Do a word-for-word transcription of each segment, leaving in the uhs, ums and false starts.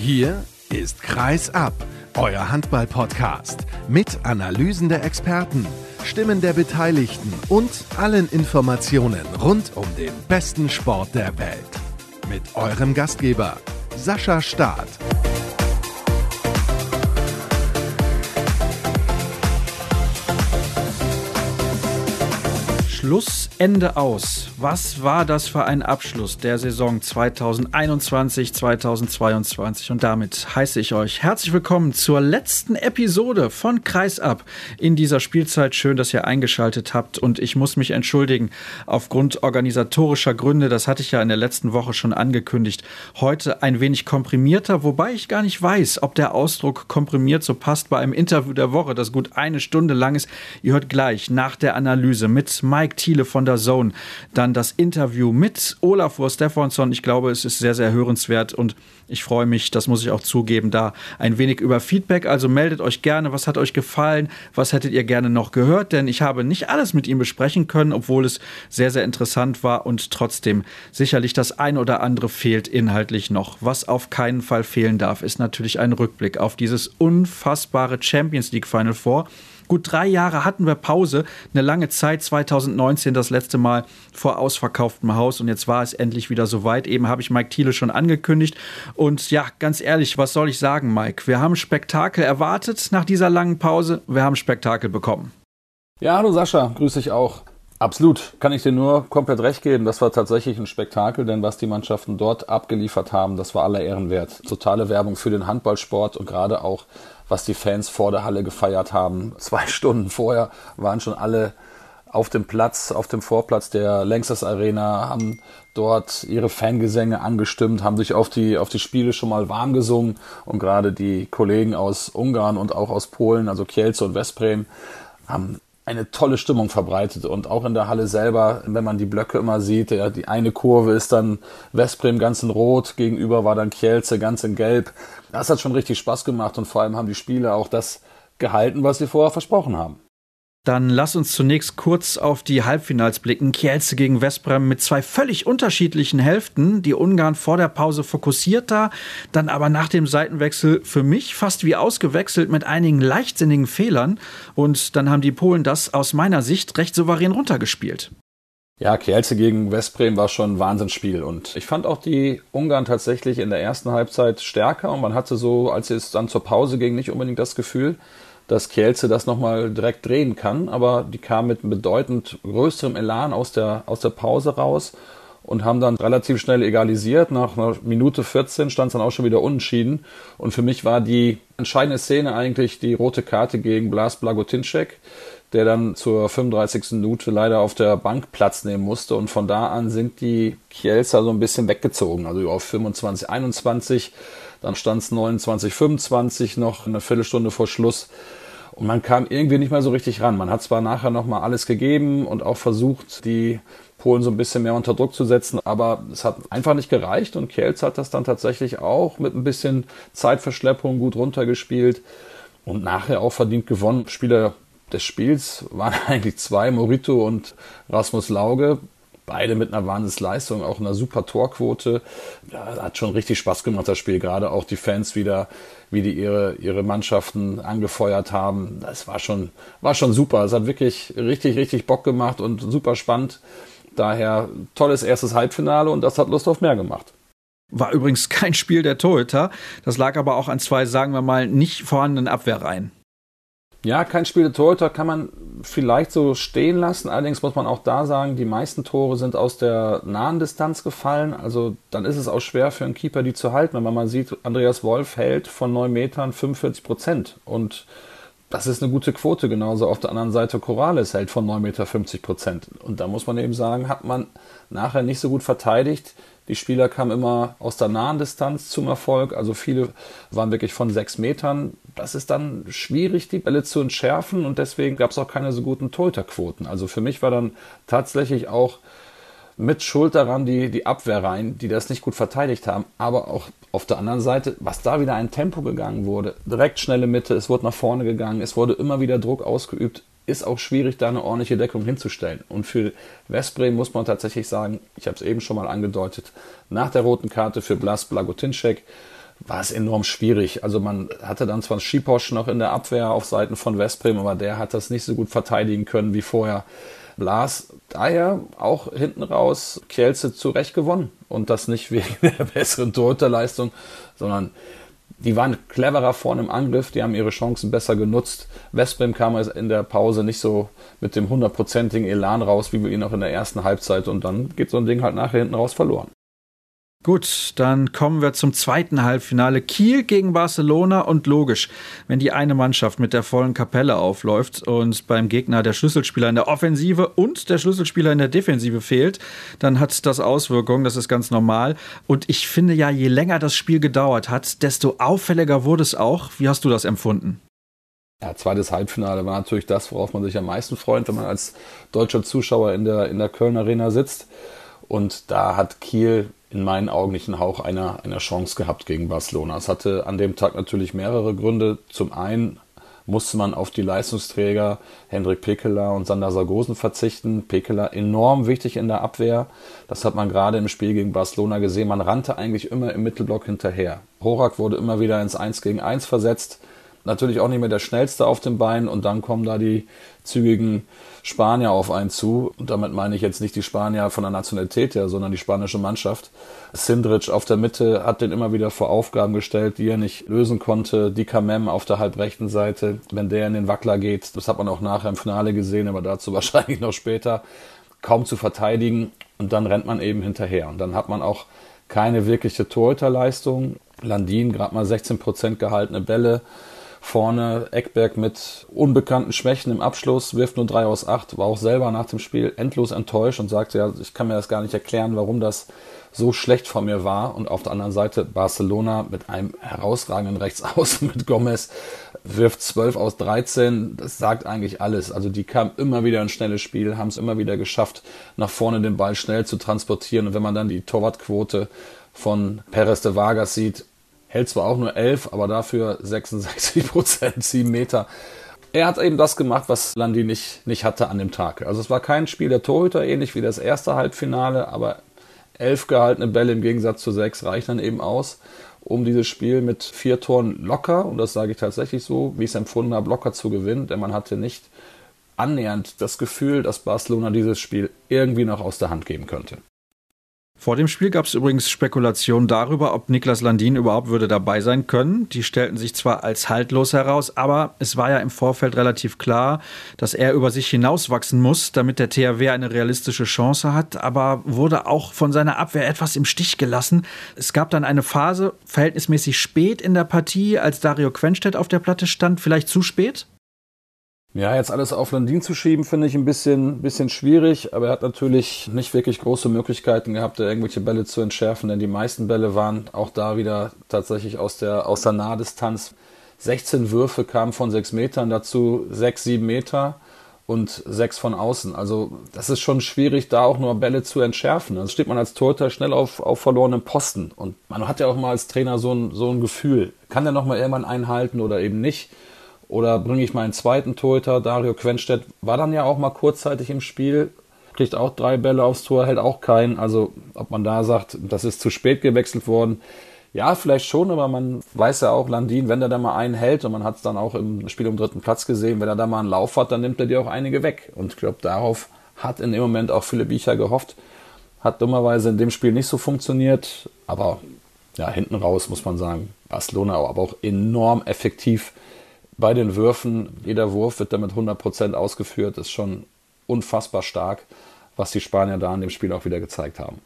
Hier ist Kreis ab, euer Handball-Podcast mit Analysen der Experten, Stimmen der Beteiligten und allen Informationen rund um den besten Sport der Welt. Mit eurem Gastgeber Sascha Staat. Schluss, Ende aus. Was war das für ein Abschluss der Saison zweitausendeinundzwanzig zweitausendzweiundzwanzig? Und damit heiße ich euch herzlich willkommen zur letzten Episode von Kreis ab in dieser Spielzeit. Schön, dass ihr eingeschaltet habt, und ich muss mich entschuldigen aufgrund organisatorischer Gründe. Das hatte ich ja in der letzten Woche schon angekündigt. Heute ein wenig komprimierter, wobei ich gar nicht weiß, ob der Ausdruck komprimiert so passt bei einem Interview der Woche, das gut eine Stunde lang ist. Ihr hört gleich nach der Analyse mit Mike Thiele von der Zone dann das Interview mit Olafur Stephansson. Ich glaube, es ist sehr, sehr hörenswert, und ich freue mich, das muss ich auch zugeben, da ein wenig über Feedback. Also meldet euch gerne, was hat euch gefallen, was hättet ihr gerne noch gehört, denn ich habe nicht alles mit ihm besprechen können, obwohl es sehr, sehr interessant war, und trotzdem sicherlich das ein oder andere fehlt inhaltlich noch. Was auf keinen Fall fehlen darf, ist natürlich ein Rückblick auf dieses unfassbare Champions League Final Four. Gut drei Jahre hatten wir Pause, eine lange Zeit, zweitausendneunzehn das letzte Mal vor ausverkauftem Haus, und jetzt war es endlich wieder soweit. Eben habe ich Mike Thiele schon angekündigt, und ja, ganz ehrlich, was soll ich sagen, Mike? Wir haben Spektakel erwartet nach dieser langen Pause, wir haben Spektakel bekommen. Ja, hallo Sascha, grüß dich auch. Absolut, kann ich dir nur komplett recht geben, das war tatsächlich ein Spektakel, denn was die Mannschaften dort abgeliefert haben, das war aller Ehren wert. Totale Werbung für den Handballsport, und gerade auch was die Fans vor der Halle gefeiert haben. Zwei Stunden vorher waren schon alle auf dem Platz, auf dem Vorplatz der Lanxess Arena, haben dort ihre Fangesänge angestimmt, haben sich auf die, auf die Spiele schon mal warm gesungen, und gerade die Kollegen aus Ungarn und auch aus Polen, also Kielce und Veszprém, haben eine tolle Stimmung verbreitet, und auch in der Halle selber, wenn man die Blöcke immer sieht, ja, die eine Kurve ist dann Veszprém ganz in Rot, gegenüber war dann Kielce ganz in Gelb. Das hat schon richtig Spaß gemacht, und vor allem haben die Spieler auch das gehalten, was sie vorher versprochen haben. Dann lass uns zunächst kurz auf die Halbfinals blicken. Kielce gegen Veszprém mit zwei völlig unterschiedlichen Hälften. Die Ungarn vor der Pause fokussierter, dann aber nach dem Seitenwechsel für mich fast wie ausgewechselt mit einigen leichtsinnigen Fehlern. Und dann haben die Polen das aus meiner Sicht recht souverän runtergespielt. Ja, Kielce gegen Veszprém war schon ein Wahnsinnsspiel, und ich fand auch die Ungarn tatsächlich in der ersten Halbzeit stärker, und man hatte so, als es dann zur Pause ging, nicht unbedingt das Gefühl, dass Kielce das nochmal direkt drehen kann, aber die kamen mit bedeutend größerem Elan aus der, aus der Pause raus und haben dann relativ schnell egalisiert. Nach einer Minute vierzehn stand es dann auch schon wieder unentschieden, und für mich war die entscheidende Szene eigentlich die rote Karte gegen Blas Blagotinšek, der dann zur fünfunddreißigsten Minute leider auf der Bank Platz nehmen musste, und von da an sind die Kielcer so ein bisschen weggezogen, also auf fünfundzwanzig einundzwanzig, dann stand es neunundzwanzig fünfundzwanzig noch eine Viertelstunde vor Schluss, und man kam irgendwie nicht mehr so richtig ran. Man hat zwar nachher nochmal alles gegeben und auch versucht, die Polen so ein bisschen mehr unter Druck zu setzen, aber es hat einfach nicht gereicht, und Kielce hat das dann tatsächlich auch mit ein bisschen Zeitverschleppung gut runtergespielt und nachher auch verdient gewonnen. Spieler des Spiels waren eigentlich zwei, Morito und Rasmus Lauge, beide mit einer Wahnsinnsleistung, auch einer super Torquote. Ja, hat schon richtig Spaß gemacht, das Spiel, gerade auch die Fans wieder, wie die ihre, ihre Mannschaften angefeuert haben. Das war schon, war schon super, es hat wirklich richtig, richtig Bock gemacht und super spannend. Daher tolles erstes Halbfinale, und das hat Lust auf mehr gemacht. War übrigens kein Spiel der Torhüter, das lag aber auch an zwei, sagen wir mal, nicht vorhandenen Abwehrreihen. Ja, kein Spiel der Torhüter kann man vielleicht so stehen lassen. Allerdings muss man auch da sagen, die meisten Tore sind aus der nahen Distanz gefallen. Also dann ist es auch schwer für einen Keeper, die zu halten. Wenn man mal sieht, Andreas Wolf hält von neun Metern fünfundvierzig Prozent. Und das ist eine gute Quote. Genauso auf der anderen Seite Corrales hält von neun Meter fünfzig Prozent. Und da muss man eben sagen, hat man nachher nicht so gut verteidigt. Die Spieler kamen immer aus der nahen Distanz zum Erfolg. Also viele waren wirklich von sechs Metern. Das ist dann schwierig, die Bälle zu entschärfen, und deswegen gab es auch keine so guten Torhüterquoten. Also für mich war dann tatsächlich auch mit Schuld daran die, die Abwehrreihen, die das nicht gut verteidigt haben. Aber auch auf der anderen Seite, was da wieder ein Tempo gegangen wurde. Direkt schnelle Mitte, es wurde nach vorne gegangen, es wurde immer wieder Druck ausgeübt. Ist auch schwierig, da eine ordentliche Deckung hinzustellen. Und für Veszprém muss man tatsächlich sagen, ich habe es eben schon mal angedeutet, nach der roten Karte für Blas Blagotinšek war es enorm schwierig. Also man hatte dann zwar Schiposch noch in der Abwehr auf Seiten von Veszprém, aber der hat das nicht so gut verteidigen können wie vorher. Blas, daher auch hinten raus Kielce zurecht gewonnen. Und das nicht wegen der besseren Torhüterleistung, sondern die waren cleverer vorne im Angriff, die haben ihre Chancen besser genutzt. Veszprém kam in der Pause nicht so mit dem hundertprozentigen Elan raus, wie wir ihn auch in der ersten Halbzeit. Und dann geht so ein Ding halt nachher hinten raus verloren. Gut, dann kommen wir zum zweiten Halbfinale. Kiel gegen Barcelona und logisch, wenn die eine Mannschaft mit der vollen Kapelle aufläuft und beim Gegner der Schlüsselspieler in der Offensive und der Schlüsselspieler in der Defensive fehlt, dann hat das Auswirkungen, das ist ganz normal. Und ich finde ja, je länger das Spiel gedauert hat, desto auffälliger wurde es auch. Wie hast du das empfunden? Ja, zweites Halbfinale war natürlich das, worauf man sich am meisten freut, wenn man als deutscher Zuschauer in der, in der Köln Arena sitzt. Und da hat Kiel in meinen Augen nicht einen Hauch einer, einer Chance gehabt gegen Barcelona. Es hatte an dem Tag natürlich mehrere Gründe. Zum einen musste man auf die Leistungsträger Hendrik Pekeler und Sander Sargosen verzichten. Pekeler enorm wichtig in der Abwehr. Das hat man gerade im Spiel gegen Barcelona gesehen. Man rannte eigentlich immer im Mittelblock hinterher. Horak wurde immer wieder ins eins gegen eins versetzt. Natürlich auch nicht mehr der Schnellste auf den Beinen. Und dann kommen da die zügigen Spanier auf einen zu. Und damit meine ich jetzt nicht die Spanier von der Nationalität her, sondern die spanische Mannschaft. Sindrich auf der Mitte hat den immer wieder vor Aufgaben gestellt, die er nicht lösen konnte. Die Kamem auf der halbrechten Seite, wenn der in den Wackler geht, das hat man auch nachher im Finale gesehen, aber dazu wahrscheinlich noch später, kaum zu verteidigen. Und dann rennt man eben hinterher. Und dann hat man auch keine wirkliche Torhüterleistung. Landin, gerade mal sechzehn Prozent gehaltene Bälle. Vorne Ekberg mit unbekannten Schwächen im Abschluss, wirft nur drei aus acht, war auch selber nach dem Spiel endlos enttäuscht und sagte, ja, ich kann mir das gar nicht erklären, warum das so schlecht von mir war. Und auf der anderen Seite Barcelona mit einem herausragenden Rechtsaußen mit Gomez wirft zwölf aus dreizehn, das sagt eigentlich alles. Also die kamen immer wieder ins schnelle Spiel, haben es immer wieder geschafft, nach vorne den Ball schnell zu transportieren. Und wenn man dann die Torwartquote von Pérez de Vargas sieht, hält zwar auch nur elf, aber dafür sechsundsechzig Prozent, sieben Meter. Er hat eben das gemacht, was Landin nicht, nicht hatte an dem Tag. Also es war kein Spiel der Torhüter, ähnlich wie das erste Halbfinale, aber elf gehaltene Bälle im Gegensatz zu sechs reichen dann eben aus, um dieses Spiel mit vier Toren locker, und das sage ich tatsächlich so, wie ich es empfunden habe, locker zu gewinnen, denn man hatte nicht annähernd das Gefühl, dass Barcelona dieses Spiel irgendwie noch aus der Hand geben könnte. Vor dem Spiel gab es übrigens Spekulationen darüber, ob Niklas Landin überhaupt würde dabei sein können. Die stellten sich zwar als haltlos heraus, aber es war ja im Vorfeld relativ klar, dass er über sich hinauswachsen muss, damit der T H W eine realistische Chance hat, aber wurde auch von seiner Abwehr etwas im Stich gelassen. Es gab dann eine Phase, verhältnismäßig spät in der Partie, als Dario Quenstedt auf der Platte stand, vielleicht zu spät? Ja, jetzt alles auf Landin zu schieben, finde ich ein bisschen, bisschen schwierig, aber er hat natürlich nicht wirklich große Möglichkeiten gehabt, da irgendwelche Bälle zu entschärfen, denn die meisten Bälle waren auch da wieder tatsächlich aus der, aus der Nahdistanz. sechzehn Würfe kamen von sechs Metern, dazu sechs, sieben Meter und sechs von außen. Also das ist schon schwierig, da auch nur Bälle zu entschärfen. Also steht man als Torhüter schnell auf, auf verlorenem Posten und man hat ja auch mal als Trainer so ein, so ein Gefühl, kann der noch mal irgendwann einhalten oder eben nicht? Oder bringe ich meinen zweiten Torhüter, Dario Quenstedt, war dann ja auch mal kurzzeitig im Spiel, kriegt auch drei Bälle aufs Tor, hält auch keinen. Also ob man da sagt, das ist zu spät gewechselt worden, ja, vielleicht schon, aber man weiß ja auch, Landin, wenn der da mal einen hält, und man hat es dann auch im Spiel um dritten Platz gesehen, wenn er da mal einen Lauf hat, dann nimmt er dir auch einige weg. Und ich glaube, darauf hat in dem Moment auch Philipp Biecher gehofft. Hat dummerweise in dem Spiel nicht so funktioniert, aber ja, hinten raus muss man sagen, Barcelona aber auch enorm effektiv bei den Würfen. Jeder Wurf wird damit hundert Prozent ausgeführt. Das ist schon unfassbar stark, was die Spanier da in dem Spiel auch wieder gezeigt haben.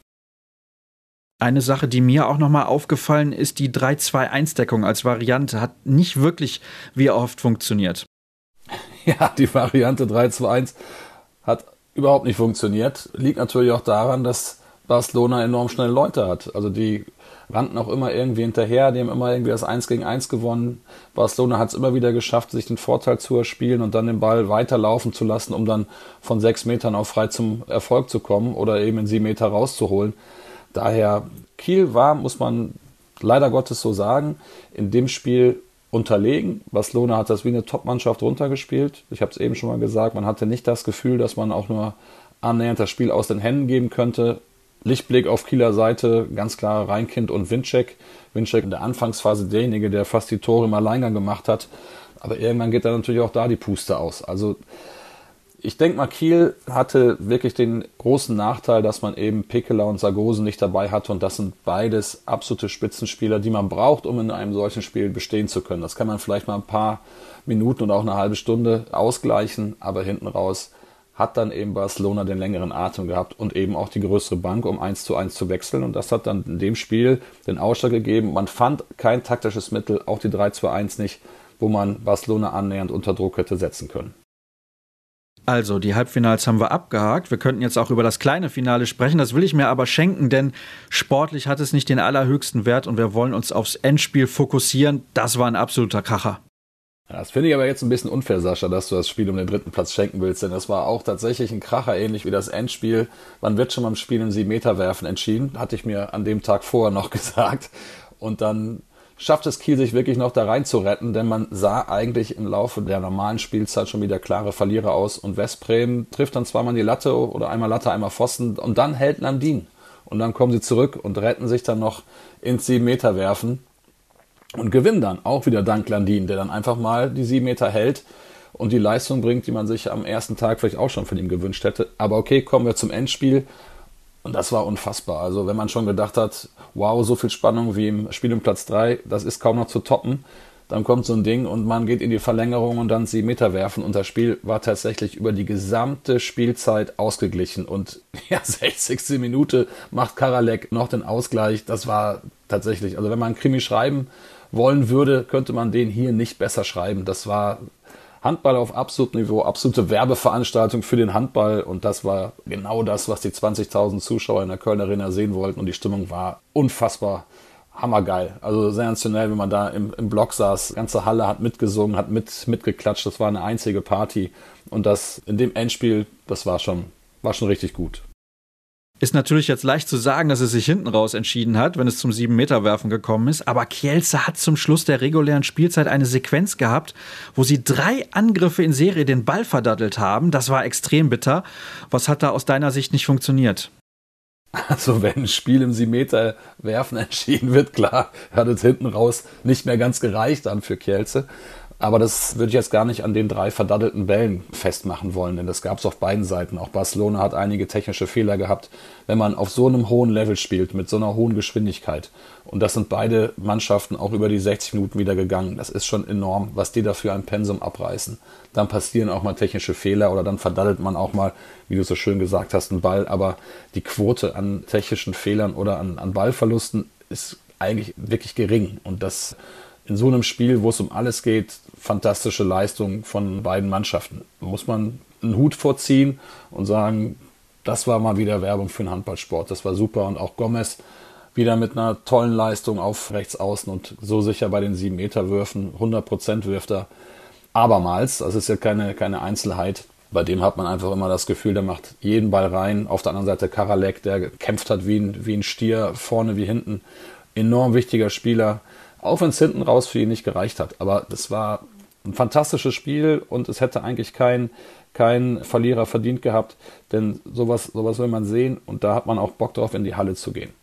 Eine Sache, die mir auch nochmal aufgefallen ist, die drei zwei eins Deckung als Variante hat nicht wirklich wie oft funktioniert. Ja, die Variante drei zwei eins hat überhaupt nicht funktioniert. Liegt natürlich auch daran, dass Barcelona enorm schnelle Leute hat. Also die rannten auch immer irgendwie hinterher, die haben immer irgendwie das eins gegen eins gewonnen. Barcelona hat es immer wieder geschafft, sich den Vorteil zu erspielen und dann den Ball weiterlaufen zu lassen, um dann von sechs Metern auch frei zum Erfolg zu kommen oder eben in sieben Meter rauszuholen. Daher, Kiel war, muss man leider Gottes so sagen, in dem Spiel unterlegen. Barcelona hat das wie eine Top-Mannschaft runtergespielt. Ich habe es eben schon mal gesagt, man hatte nicht das Gefühl, dass man auch nur annähernd das Spiel aus den Händen geben könnte. Lichtblick auf Kieler Seite, ganz klar Reinkind und Winczek. Winczek in der Anfangsphase derjenige, der fast die Tore im Alleingang gemacht hat. Aber irgendwann geht dann natürlich auch da die Puste aus. Also ich denke mal, Kiel hatte wirklich den großen Nachteil, dass man eben Pekela und Sargosen nicht dabei hatte. Und das sind beides absolute Spitzenspieler, die man braucht, um in einem solchen Spiel bestehen zu können. Das kann man vielleicht mal ein paar Minuten und auch eine halbe Stunde ausgleichen. Aber hinten raus hat dann eben Barcelona den längeren Atem gehabt und eben auch die größere Bank, um eins zu eins zu wechseln. Und das hat dann in dem Spiel den Ausschlag gegeben. Man fand kein taktisches Mittel, auch die drei zu eins nicht, wo man Barcelona annähernd unter Druck hätte setzen können. Also, die Halbfinals haben wir abgehakt. Wir könnten jetzt auch über das kleine Finale sprechen. Das will ich mir aber schenken, denn sportlich hat es nicht den allerhöchsten Wert und wir wollen uns aufs Endspiel fokussieren. Das war ein absoluter Kracher. Das finde ich aber jetzt ein bisschen unfair, Sascha, dass du das Spiel um den dritten Platz schenken willst, denn das war auch tatsächlich ein Kracher, ähnlich wie das Endspiel. Man wird schon beim Spiel im sieben Meter werfen entschieden, hatte ich mir an dem Tag vorher noch gesagt. Und dann schafft es Kiel sich wirklich noch da rein zu retten, denn man sah eigentlich im Laufe der normalen Spielzeit schon wieder klare Verlierer aus. Und Westbrem trifft dann zweimal die Latte oder einmal Latte, einmal Pfosten und dann hält Landin. Und dann kommen sie zurück und retten sich dann noch ins sieben Meter werfen. Und gewinnen dann, auch wieder dank Landin, der dann einfach mal die sieben Meter hält und die Leistung bringt, die man sich am ersten Tag vielleicht auch schon von ihm gewünscht hätte. Aber okay, kommen wir zum Endspiel. Und das war unfassbar. Also wenn man schon gedacht hat, wow, so viel Spannung wie im Spiel um Platz drei, das ist kaum noch zu toppen. Dann kommt so ein Ding und man geht in die Verlängerung und dann sieben Meter werfen. Und das Spiel war tatsächlich über die gesamte Spielzeit ausgeglichen. Und ja, sechzigste Minute macht Karalek noch den Ausgleich. Das war tatsächlich, also wenn man einen Krimi schreiben wollen würde, könnte man den hier nicht besser schreiben. Das war Handball auf absolutem Niveau, absolute Werbeveranstaltung für den Handball und das war genau das, was die zwanzigtausend Zuschauer in der Kölner Arena sehen wollten und die Stimmung war unfassbar hammergeil. Also sensationell, wenn man da im, im Block saß, die ganze Halle hat mitgesungen, hat mit, mitgeklatscht, das war eine einzige Party und das in dem Endspiel, das war schon, war schon richtig gut. Ist natürlich jetzt leicht zu sagen, dass es sich hinten raus entschieden hat, wenn es zum sieben Meter werfen gekommen ist. Aber Kielce hat zum Schluss der regulären Spielzeit eine Sequenz gehabt, wo sie drei Angriffe in Serie den Ball verdattelt haben. Das war extrem bitter. Was hat da aus deiner Sicht nicht funktioniert? Also wenn ein Spiel im sieben Meter werfen entschieden wird, klar, hat es hinten raus nicht mehr ganz gereicht dann für Kielce. Aber das würde ich jetzt gar nicht an den drei verdattelten Bällen festmachen wollen, denn das gab es auf beiden Seiten. Auch Barcelona hat einige technische Fehler gehabt, wenn man auf so einem hohen Level spielt, mit so einer hohen Geschwindigkeit. Und das sind beide Mannschaften auch über die sechzig Minuten wieder gegangen. Das ist schon enorm, was die dafür ein Pensum abreißen. Dann passieren auch mal technische Fehler oder dann verdattelt man auch mal, wie du so schön gesagt hast, einen Ball. Aber die Quote an technischen Fehlern oder an, an Ballverlusten ist eigentlich wirklich gering. Und das in so einem Spiel, wo es um alles geht, fantastische Leistung von beiden Mannschaften. Da muss man einen Hut vorziehen und sagen, das war mal wieder Werbung für den Handballsport. Das war super. Und auch Gomez wieder mit einer tollen Leistung auf rechts außen und so sicher bei den sieben Meter Würfen. hundert Prozent wirft er abermals. Das ist ja keine, keine Einzelheit. Bei dem hat man einfach immer das Gefühl, der macht jeden Ball rein. Auf der anderen Seite Karalek, der gekämpft hat wie ein, wie ein Stier, vorne wie hinten. Enorm wichtiger Spieler. Auch wenn es hinten raus für ihn nicht gereicht hat. Aber das war ein fantastisches Spiel und es hätte eigentlich kein, kein Verlierer verdient gehabt. Denn sowas, sowas will man sehen und da hat man auch Bock drauf, in die Halle zu gehen.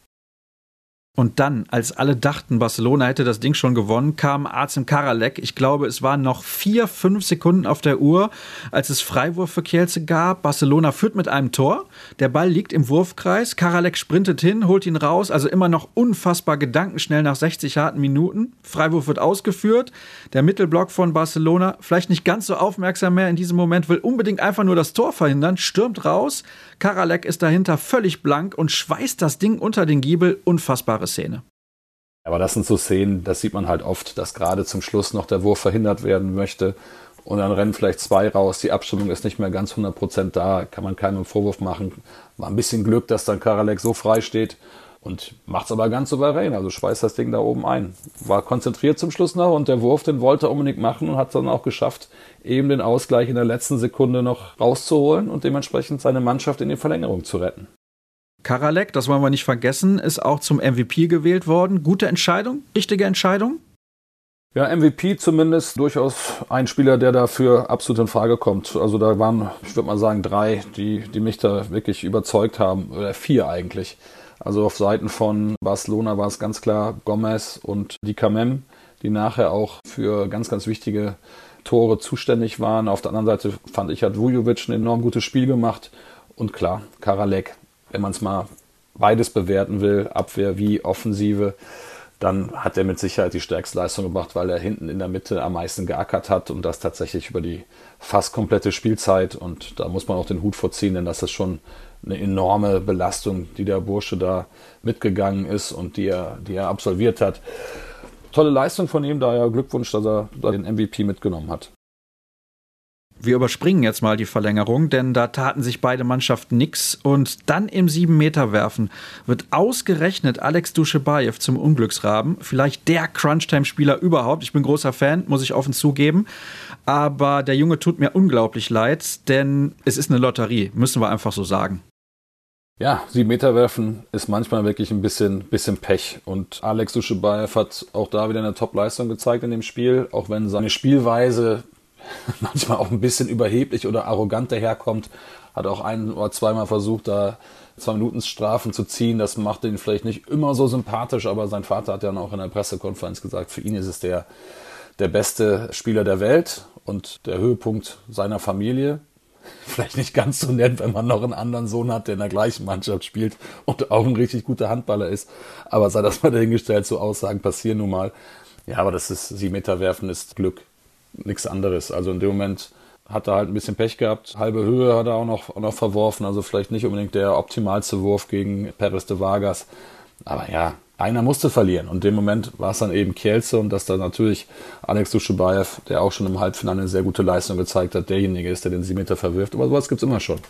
Und dann, als alle dachten, Barcelona hätte das Ding schon gewonnen, kam Artem Karalek. Ich glaube, es waren noch vier, fünf Sekunden auf der Uhr, als es Freiwurf für Kielce gab. Barcelona führt mit einem Tor. Der Ball liegt im Wurfkreis. Karalek sprintet hin, holt ihn raus. Also immer noch unfassbar gedankenschnell nach sechzig harten Minuten. Freiwurf wird ausgeführt. Der Mittelblock von Barcelona, vielleicht nicht ganz so aufmerksam mehr in diesem Moment, will unbedingt einfach nur das Tor verhindern, stürmt raus. Karalek ist dahinter völlig blank und schweißt das Ding unter den Giebel. Unfassbare Szene. Aber das sind so Szenen, das sieht man halt oft, dass gerade zum Schluss noch der Wurf verhindert werden möchte und dann rennen vielleicht zwei raus, die Abstimmung ist nicht mehr ganz hundert Prozent da, kann man keinem Vorwurf machen. War ein bisschen Glück, dass dann Karalek so frei steht und macht es aber ganz souverän, also schweißt das Ding da oben ein. War konzentriert zum Schluss noch und der Wurf, den wollte er unbedingt machen und hat es dann auch geschafft, eben den Ausgleich in der letzten Sekunde noch rauszuholen und dementsprechend seine Mannschaft in die Verlängerung zu retten. Karalek, das wollen wir nicht vergessen, ist auch zum M V P gewählt worden. Gute Entscheidung? Richtige Entscheidung? Ja, M V P zumindest durchaus ein Spieler, der dafür absolut in Frage kommt. Also da waren, ich würde mal sagen, drei, die, die mich da wirklich überzeugt haben. Oder vier eigentlich. Also auf Seiten von Barcelona war es ganz klar Gomez und Di Camem, die nachher auch für ganz, ganz wichtige Tore zuständig waren. Auf der anderen Seite fand ich, hat Vujovic ein enorm gutes Spiel gemacht. Und klar, Karalek, wenn man es mal beides bewerten will, Abwehr wie Offensive, dann hat er mit Sicherheit die stärkste Leistung gebracht, weil er hinten in der Mitte am meisten geackert hat und das tatsächlich über die fast komplette Spielzeit. Und da muss man auch den Hut vorziehen, denn das ist schon eine enorme Belastung, die der Bursche da mitgegangen ist und die er, die er absolviert hat. Tolle Leistung von ihm, daher Glückwunsch, dass er da den M V P mitgenommen hat. Wir überspringen jetzt mal die Verlängerung, denn da taten sich beide Mannschaften nix. Und dann im sieben-Meter-Werfen wird ausgerechnet Alex Duschebaev zum Unglücksraben. Vielleicht der Crunchtime-Spieler überhaupt. Ich bin großer Fan, muss ich offen zugeben. Aber der Junge tut mir unglaublich leid, denn es ist eine Lotterie, müssen wir einfach so sagen. Ja, sieben Meter werfen ist manchmal wirklich ein bisschen, bisschen Pech. Und Alex Duschebaev hat auch da wieder eine Top-Leistung gezeigt in dem Spiel, auch wenn seine Spielweise manchmal auch ein bisschen überheblich oder arrogant daherkommt. Hat auch ein oder zweimal versucht, da zwei Minuten Strafen zu ziehen. Das macht ihn vielleicht nicht immer so sympathisch, aber sein Vater hat ja auch in der Pressekonferenz gesagt, für ihn ist es der, der beste Spieler der Welt und der Höhepunkt seiner Familie. Vielleicht nicht ganz so nett, wenn man noch einen anderen Sohn hat, der in der gleichen Mannschaft spielt und auch ein richtig guter Handballer ist. Aber sei das mal dahingestellt, so Aussagen passieren nun mal. Ja, aber das ist, sieben Meter werfen ist Glück. Nichts anderes. Also in dem Moment hat er halt ein bisschen Pech gehabt. Halbe Höhe hat er auch noch, auch noch verworfen. Also vielleicht nicht unbedingt der optimalste Wurf gegen Perez de Vargas. Aber ja, einer musste verlieren. Und in dem Moment war es dann eben Kielce und dass da natürlich Alex Duschebaev, der auch schon im Halbfinale eine sehr gute Leistung gezeigt hat, derjenige ist, der den sieben Meter verwirft. Aber sowas gibt es immer schon.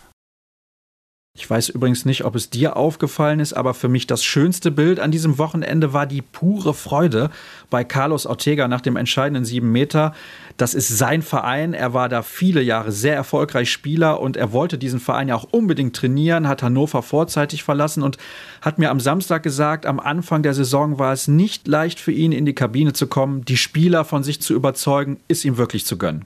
Ich weiß übrigens nicht, ob es dir aufgefallen ist, aber für mich das schönste Bild an diesem Wochenende war die pure Freude bei Carlos Ortega nach dem entscheidenden sieben Meter. Das ist sein Verein. Er war da viele Jahre sehr erfolgreich Spieler und er wollte diesen Verein ja auch unbedingt trainieren, hat Hannover vorzeitig verlassen und hat mir am Samstag gesagt, am Anfang der Saison war es nicht leicht für ihn, in die Kabine zu kommen. Die Spieler von sich zu überzeugen, ist ihm wirklich zu gönnen.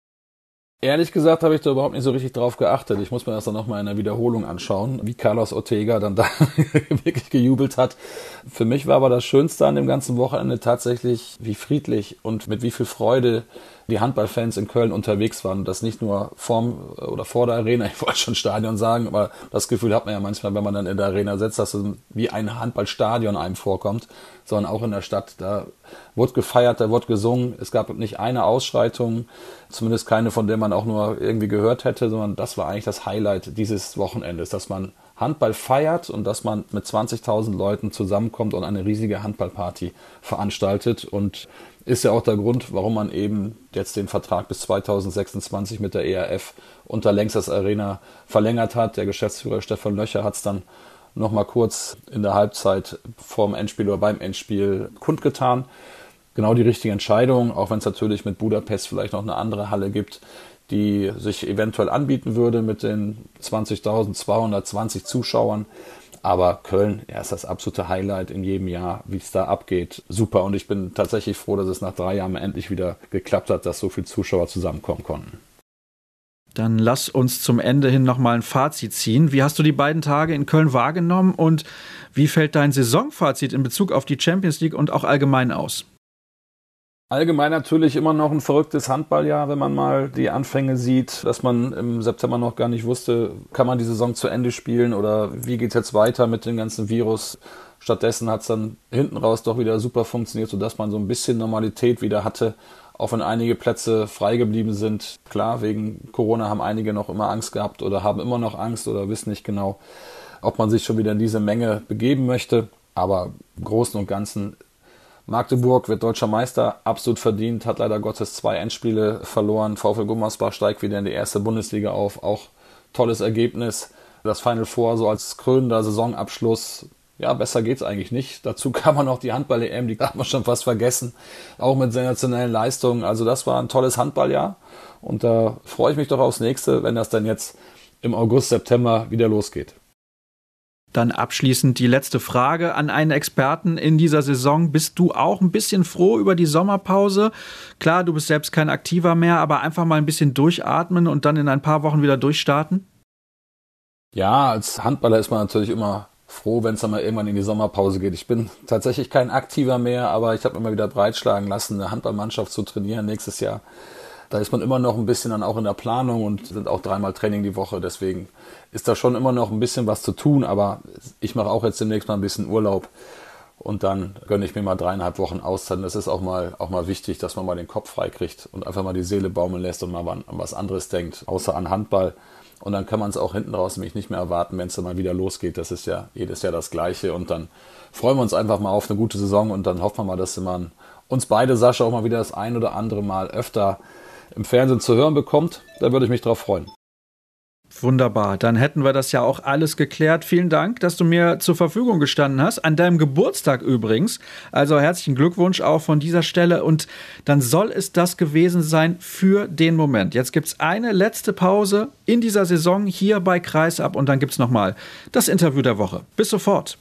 Ehrlich gesagt habe ich da überhaupt nicht so richtig drauf geachtet. Ich muss mir das dann nochmal in der Wiederholung anschauen, wie Carlos Ortega dann da wirklich gejubelt hat. Für mich war aber das Schönste an dem ganzen Wochenende tatsächlich, wie friedlich und mit wie viel Freude die Handballfans in Köln unterwegs waren. Das nicht nur vorm oder vor der Arena, ich wollte schon Stadion sagen, aber das Gefühl hat man ja manchmal, wenn man dann in der Arena sitzt, dass es wie ein Handballstadion einem vorkommt, sondern auch in der Stadt. Da wurde gefeiert, da wurde gesungen. Es gab nicht eine Ausschreitung, zumindest keine, von der man auch nur irgendwie gehört hätte, sondern das war eigentlich das Highlight dieses Wochenendes, dass man Handball feiert und dass man mit zwanzigtausend Leuten zusammenkommt und eine riesige Handballparty veranstaltet. Und ist ja auch der Grund, warum man eben jetzt den Vertrag bis zweitausendsechsundzwanzig mit der E R F und der Lanxess Arena verlängert hat. Der Geschäftsführer Stefan Löcher hat es dann noch mal kurz in der Halbzeit vorm Endspiel oder beim Endspiel kundgetan. Genau die richtige Entscheidung, auch wenn es natürlich mit Budapest vielleicht noch eine andere Halle gibt, die sich eventuell anbieten würde mit den zwanzigtausendzweihundertzwanzig Zuschauern. Aber Köln, ja, ist das absolute Highlight in jedem Jahr, wie es da abgeht. Super. Und ich bin tatsächlich froh, dass es nach drei Jahren endlich wieder geklappt hat, dass so viele Zuschauer zusammenkommen konnten. Dann lass uns zum Ende hin nochmal ein Fazit ziehen. Wie hast du die beiden Tage in Köln wahrgenommen und wie fällt dein Saisonfazit in Bezug auf die Champions League und auch allgemein aus? Allgemein natürlich immer noch ein verrücktes Handballjahr, wenn man mal die Anfänge sieht, dass man im September noch gar nicht wusste, kann man die Saison zu Ende spielen oder wie geht es jetzt weiter mit dem ganzen Virus. Stattdessen hat es dann hinten raus doch wieder super funktioniert, sodass man so ein bisschen Normalität wieder hatte, auch wenn einige Plätze frei geblieben sind. Klar, wegen Corona haben einige noch immer Angst gehabt oder haben immer noch Angst oder wissen nicht genau, ob man sich schon wieder in diese Menge begeben möchte. Aber im Großen und Ganzen, Magdeburg wird deutscher Meister, absolut verdient, hat leider Gottes zwei Endspiele verloren. VfL Gummersbach steigt wieder in die erste Bundesliga auf, auch tolles Ergebnis. Das Final Four so als krönender Saisonabschluss, ja, besser geht's eigentlich nicht. Dazu kam man noch die Handball-E M, die hat man schon fast vergessen, auch mit sensationellen Leistungen. Also das war ein tolles Handballjahr und da freue ich mich doch aufs nächste, wenn das dann jetzt im August, September wieder losgeht. Dann abschließend die letzte Frage an einen Experten in dieser Saison. Bist du auch ein bisschen froh über die Sommerpause? Klar, du bist selbst kein Aktiver mehr, aber einfach mal ein bisschen durchatmen und dann in ein paar Wochen wieder durchstarten? Ja, als Handballer ist man natürlich immer froh, wenn es dann mal irgendwann in die Sommerpause geht. Ich bin tatsächlich kein Aktiver mehr, aber ich habe immer wieder breitschlagen lassen, eine Handballmannschaft zu trainieren nächstes Jahr. Da ist man immer noch ein bisschen dann auch in der Planung und sind auch dreimal Training die Woche. Deswegen ist da schon immer noch ein bisschen was zu tun. Aber ich mache auch jetzt demnächst mal ein bisschen Urlaub. Und dann gönne ich mir mal dreieinhalb Wochen Auszeit. Das ist auch mal, auch mal wichtig, dass man mal den Kopf frei kriegt und einfach mal die Seele baumeln lässt und mal an was anderes denkt, außer an Handball. Und dann kann man es auch hinten raus nämlich nicht mehr erwarten, wenn es dann mal wieder losgeht. Das ist ja jedes Jahr das Gleiche. Und dann freuen wir uns einfach mal auf eine gute Saison. Und dann hoffen wir mal, dass man uns beide, Sascha, auch mal wieder das ein oder andere Mal öfter im Fernsehen zu hören bekommt. Da würde ich mich drauf freuen. Wunderbar, dann hätten wir das ja auch alles geklärt. Vielen Dank, dass du mir zur Verfügung gestanden hast. An deinem Geburtstag übrigens. Also herzlichen Glückwunsch auch von dieser Stelle. Und dann soll es das gewesen sein für den Moment. Jetzt gibt es eine letzte Pause in dieser Saison hier bei Kreisab und dann gibt es nochmal das Interview der Woche. Bis sofort.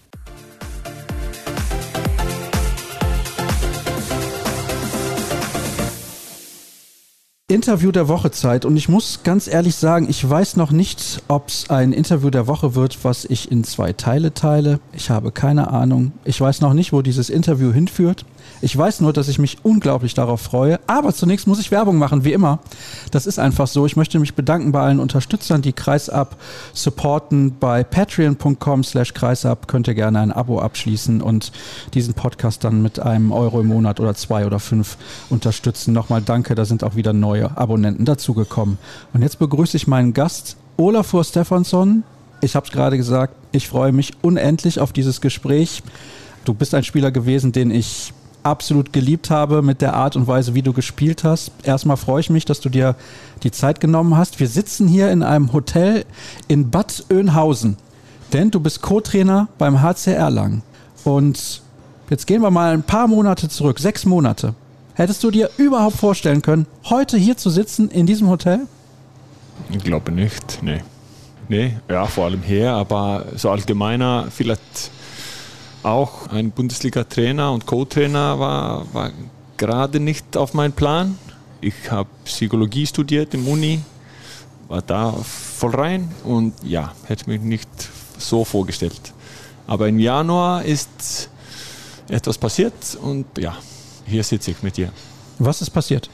Interview der Woche Zeit und ich muss ganz ehrlich sagen, ich weiß noch nicht, ob es ein Interview der Woche wird, was ich in zwei Teile teile. Ich habe keine Ahnung. Ich weiß noch nicht, wo dieses Interview hinführt. Ich weiß nur, dass ich mich unglaublich darauf freue. Aber zunächst muss ich Werbung machen, wie immer. Das ist einfach so. Ich möchte mich bedanken bei allen Unterstützern, die Kreisab supporten. Bei patreon punkt com slash kreisab könnt ihr gerne ein Abo abschließen und diesen Podcast dann mit einem Euro im Monat oder zwei oder fünf unterstützen. Nochmal danke, da sind auch wieder neue Abonnenten dazugekommen. Und jetzt begrüße ich meinen Gast, Olafur Stefansson. Ich habe es gerade gesagt, ich freue mich unendlich auf dieses Gespräch. Du bist ein Spieler gewesen, den ich absolut geliebt habe mit der Art und Weise, wie du gespielt hast. Erstmal freue ich mich, dass du dir die Zeit genommen hast. Wir sitzen hier in einem Hotel in Bad Oeynhausen, denn du bist Co-Trainer beim H C Erlangen. Und jetzt gehen wir mal ein paar Monate zurück, sechs Monate. Hättest du dir überhaupt vorstellen können, heute hier zu sitzen in diesem Hotel? Ich glaube nicht, nee. Nee, ja, vor allem hier, aber so allgemeiner vielleicht auch ein Bundesliga-Trainer und Co-Trainer war, war gerade nicht auf meinem Plan. Ich habe Psychologie studiert im Uni, war da voll rein und ja, hätte mich nicht so vorgestellt. Aber im Januar ist etwas passiert und ja, hier sitze ich mit dir. Was ist passiert?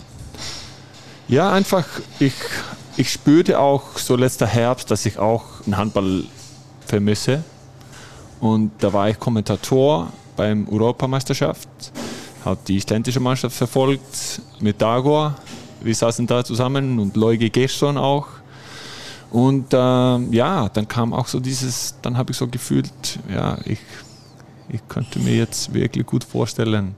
Ja, einfach, ich, ich spürte auch so letzter Herbst, dass ich auch einen Handball vermisse. Und da war ich Kommentator beim Europameisterschaft, habe die isländische Mannschaft verfolgt mit Dagor. Wir saßen da zusammen und Loigi Gesson auch. Und äh, ja, dann kam auch so dieses, dann habe ich so gefühlt, ja, ich, ich könnte mir jetzt wirklich gut vorstellen,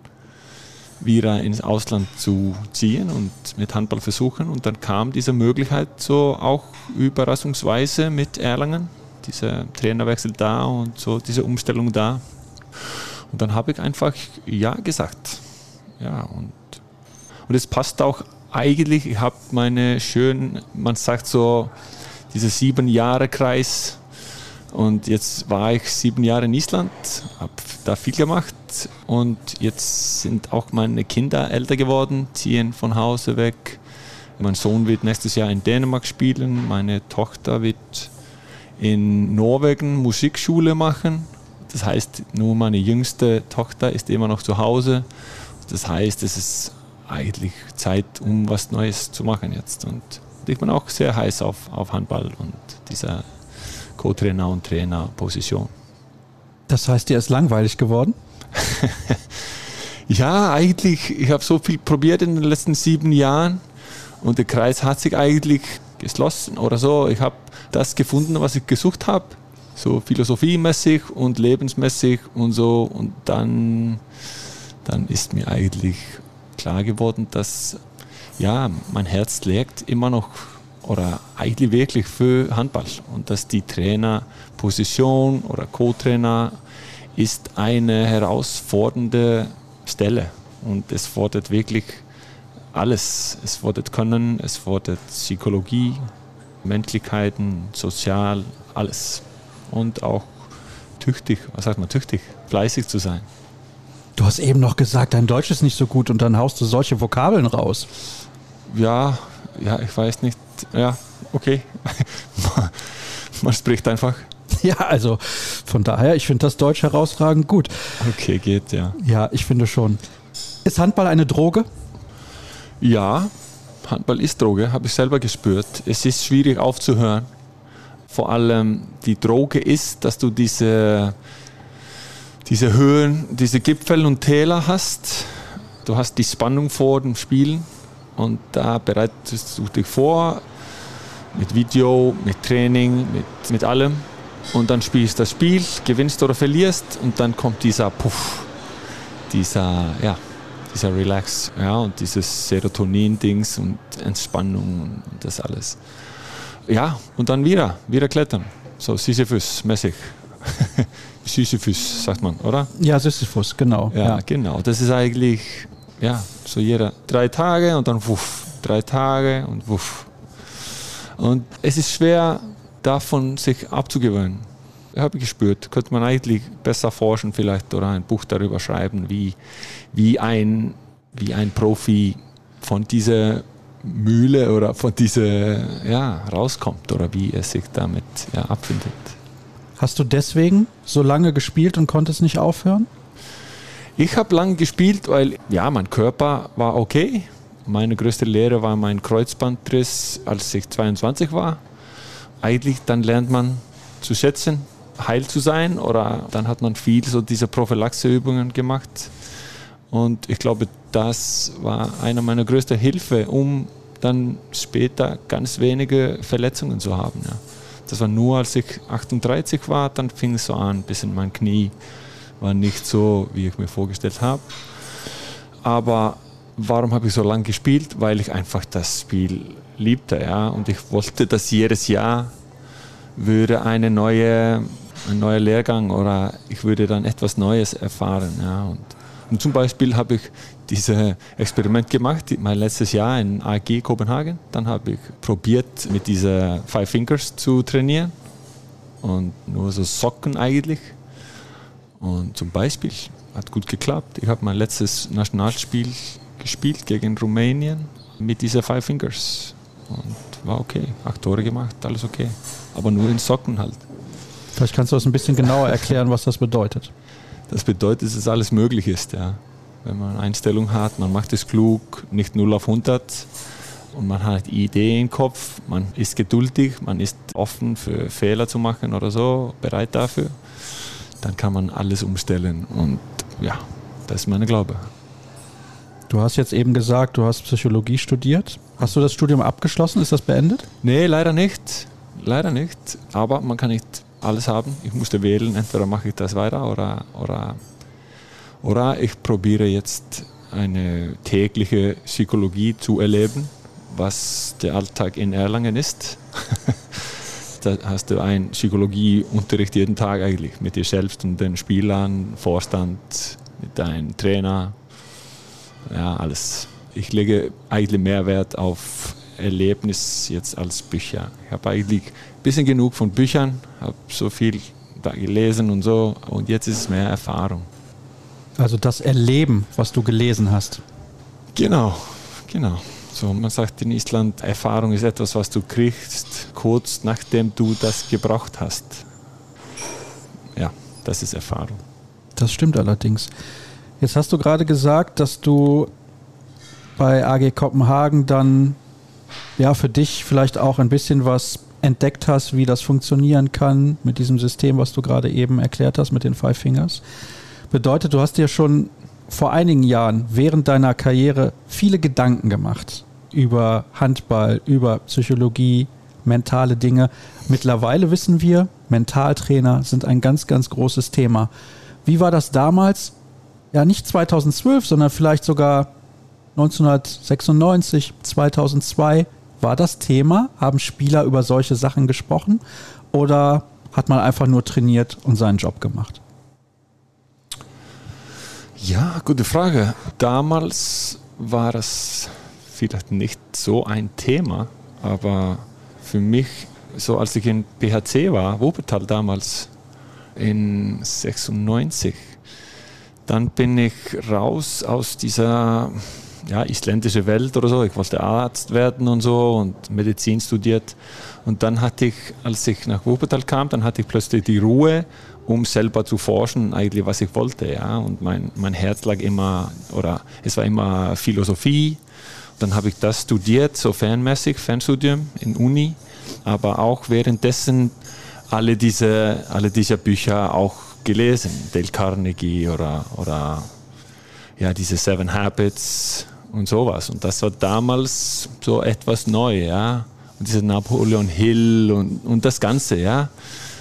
wieder ins Ausland zu ziehen und mit Handball versuchen. Und dann kam diese Möglichkeit so auch überraschungsweise mit Erlangen. Dieser Trainerwechsel da und so diese Umstellung da. Und dann habe ich einfach ja gesagt. Ja, und, und es passt auch eigentlich, ich habe meine schönen, man sagt so, dieser sieben Jahre Kreis. Und jetzt war ich sieben Jahre in Island, habe da viel gemacht und jetzt sind auch meine Kinder älter geworden, ziehen von Hause weg. Mein Sohn wird nächstes Jahr in Dänemark spielen, meine Tochter wird in Norwegen Musikschule machen. Das heißt, nur meine jüngste Tochter ist immer noch zu Hause. Das heißt, es ist eigentlich Zeit, um was Neues zu machen jetzt. Und ich bin auch sehr heiß auf, auf Handball und dieser Co-Trainer- und Trainerposition. Das heißt, dir ist langweilig geworden? Ja, eigentlich. Ich habe so viel probiert in den letzten sieben Jahren und der Kreis hat sich eigentlich geschlossen oder so. Ich habe das gefunden, was ich gesucht habe, so philosophiemäßig und lebensmäßig und so. Und dann, dann ist mir eigentlich klar geworden, dass ja, mein Herz schlägt immer noch oder eigentlich wirklich für Handball und dass die Trainerposition oder Co-Trainer ist eine herausfordernde Stelle und es fordert wirklich alles. Es fordert Können, es fordert Psychologie, Menschlichkeiten, sozial, alles. Und auch tüchtig, was sagt man, tüchtig, fleißig zu sein. Du hast eben noch gesagt, dein Deutsch ist nicht so gut und dann haust du solche Vokabeln raus. Ja, ja, ich weiß nicht. Ja, okay. Man spricht einfach. Ja, also von daher, ich finde das Deutsch herausragend gut. Okay, geht, ja. Ja, ich finde schon. Ist Handball eine Droge? Ja, Handball ist Droge, habe ich selber gespürt. Es ist schwierig aufzuhören. Vor allem die Droge ist, dass du diese, diese Höhen, diese Gipfel und Täler hast. Du hast die Spannung vor dem Spielen und da bereitest du dich vor mit Video, mit Training, mit, mit allem. Und dann spielst du das Spiel, gewinnst oder verlierst und dann kommt dieser Puff, dieser, ja, dieser Relax, ja, und dieses Serotonin-Dings und Entspannung und das alles. Ja, und dann wieder, wieder klettern. So Sisyphus-mäßig. Sisyphus, sagt man, oder? Ja, Sisyphus, genau. Ja, ja, genau. Das ist eigentlich, ja, so jeder drei Tage und dann wuff, drei Tage und wuff. Und es ist schwer, davon sich abzugewöhnen. Habe ich gespürt. Könnte man eigentlich besser forschen vielleicht oder ein Buch darüber schreiben, wie, wie, ein, wie ein Profi von dieser Mühle oder von dieser, ja, rauskommt oder wie er sich damit, ja, abfindet. Hast du deswegen so lange gespielt und konntest nicht aufhören? Ich habe lange gespielt, weil ja, mein Körper war okay. Meine größte Lehre war mein Kreuzbandriss, als ich zweiundzwanzig war. Eigentlich dann lernt man zu schätzen, heil zu sein, oder dann hat man viel so diese Prophylaxeübungen gemacht. Und ich glaube, das war eine meiner größten Hilfe, um dann später ganz wenige Verletzungen zu haben. Ja. Das war nur, als ich achtunddreißig war, dann fing es so an, ein bisschen mein Knie war nicht so, wie ich mir vorgestellt habe. Aber warum habe ich so lange gespielt? Weil ich einfach das Spiel liebte, ja, und ich wollte, dass jedes Jahr würde eine neue, ein neuer Lehrgang oder ich würde dann etwas Neues erfahren, ja, und, und zum Beispiel habe ich dieses Experiment gemacht, mein letztes Jahr in A G Kopenhagen, dann habe ich probiert mit diesen Five Fingers zu trainieren und nur so Socken eigentlich und zum Beispiel hat gut geklappt. Ich habe mein letztes Nationalspiel gespielt gegen Rumänien mit diesen Five Fingers und war okay, acht Tore gemacht, alles okay, aber nur in Socken halt. Vielleicht kannst du das ein bisschen genauer erklären, was das bedeutet. Das bedeutet, dass alles möglich ist, ja. Wenn man eine Einstellung hat, man macht es klug, nicht null auf hundert und man hat die Idee im Kopf, man ist geduldig, man ist offen für Fehler zu machen oder so, bereit dafür, dann kann man alles umstellen und ja, das ist mein Glaube. Du hast jetzt eben gesagt, du hast Psychologie studiert. Hast du das Studium abgeschlossen? Ist das beendet? Nee, leider nicht. Leider nicht. Aber man kann nicht alles haben. Ich musste wählen, entweder mache ich das weiter oder, oder, oder ich probiere jetzt eine tägliche Psychologie zu erleben, was der Alltag in Erlangen ist. Da hast du einen Psychologieunterricht jeden Tag eigentlich mit dir selbst und den Spielern, Vorstand, mit deinem Trainer. Ja, alles. Ich lege eigentlich mehr Wert auf Erlebnis jetzt als Bücher. Ich habe eigentlich ein bisschen genug von Büchern, habe so viel da gelesen und so und jetzt ist es mehr Erfahrung. Also das Erleben, was du gelesen hast. Genau, genau. So, man sagt in Island, Erfahrung ist etwas, was du kriegst, kurz nachdem du das gebraucht hast. Ja, das ist Erfahrung. Das stimmt allerdings. Jetzt hast du gerade gesagt, dass du bei A G Kopenhagen dann ja für dich vielleicht auch ein bisschen was entdeckt hast, wie das funktionieren kann mit diesem System, was du gerade eben erklärt hast mit den Five Fingers. Bedeutet, du hast dir schon vor einigen Jahren während deiner Karriere viele Gedanken gemacht über Handball, über Psychologie, mentale Dinge. Mittlerweile wissen wir, Mentaltrainer sind ein ganz, ganz großes Thema. Wie war das damals? Ja, nicht zweitausendzwölf, sondern vielleicht sogar neunzehnhundertsechsundneunzig, zweitausendzwei. War das Thema? Haben Spieler über solche Sachen gesprochen? Oder hat man einfach nur trainiert und seinen Job gemacht? Ja, gute Frage. Damals war es vielleicht nicht so ein Thema, aber für mich, so als ich in P H C war, Wuppertal damals, in sechsundneunzig. Dann bin ich raus aus dieser ja, isländischen Welt oder so. Ich wollte Arzt werden und so und Medizin studiert. Und dann hatte ich, als ich nach Wuppertal kam, dann hatte ich plötzlich die Ruhe, um selber zu forschen, eigentlich was ich wollte. Ja. Und mein, mein Herz lag immer, oder es war immer Philosophie. Dann habe ich das studiert, so fernmäßig, Fernstudium in Uni. Aber auch währenddessen alle diese, alle diese Bücher auch gelesen, Dale Carnegie oder, oder ja, diese Seven Habits und sowas. Und das war damals so etwas neu, ja. Und dieser Napoleon Hill und, und das Ganze, ja.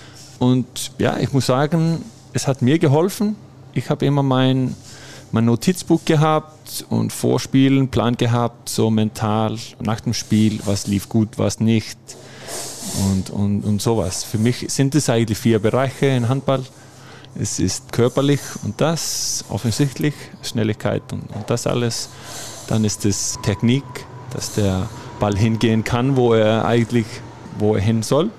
Und ja, ich muss sagen, es hat mir geholfen. Ich habe immer mein, mein Notizbuch gehabt und Vorspielen, Plan gehabt, so mental, nach dem Spiel, was lief gut, was nicht und, und, und sowas. Für mich sind es eigentlich vier Bereiche in Handball. Es ist körperlich und das offensichtlich, Schnelligkeit und, und das alles. Dann ist es Technik, dass der Ball hingehen kann, wo er eigentlich wo er hin soll.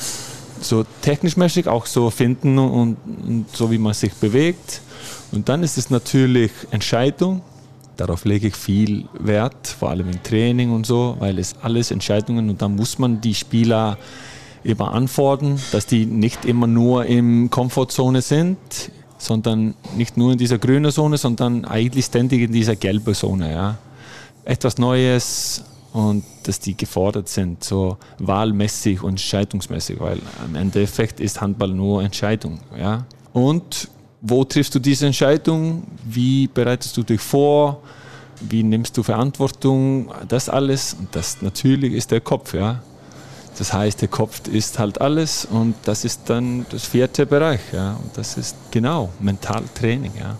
So technisch mäßig auch so finden und, und so wie man sich bewegt. Und dann ist es natürlich Entscheidung. Darauf lege ich viel Wert, vor allem im Training und so, weil es alles Entscheidungen und da muss man die Spieler immer antworten, dass die nicht immer nur im Komfortzone sind, sondern nicht nur in dieser grünen Zone, sondern eigentlich ständig in dieser gelben Zone. Ja. Etwas Neues und dass die gefordert sind, so wahlmäßig und entscheidungsmäßig, weil am Endeffekt ist Handball nur Entscheidung. Ja. Und wo triffst du diese Entscheidung? Wie bereitest du dich vor? Wie nimmst du Verantwortung? Das alles und das natürlich ist der Kopf, ja. Das heißt, der Kopf ist halt alles und das ist dann das vierte Bereich. Ja? Und das ist genau Mentaltraining. Ja?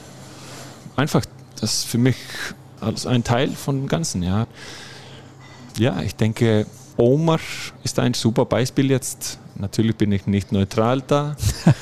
Einfach, das ist für mich als ein Teil von dem Ganzen. Ja, ja ich denke, Omar ist ein super Beispiel jetzt. Natürlich bin ich nicht neutral da,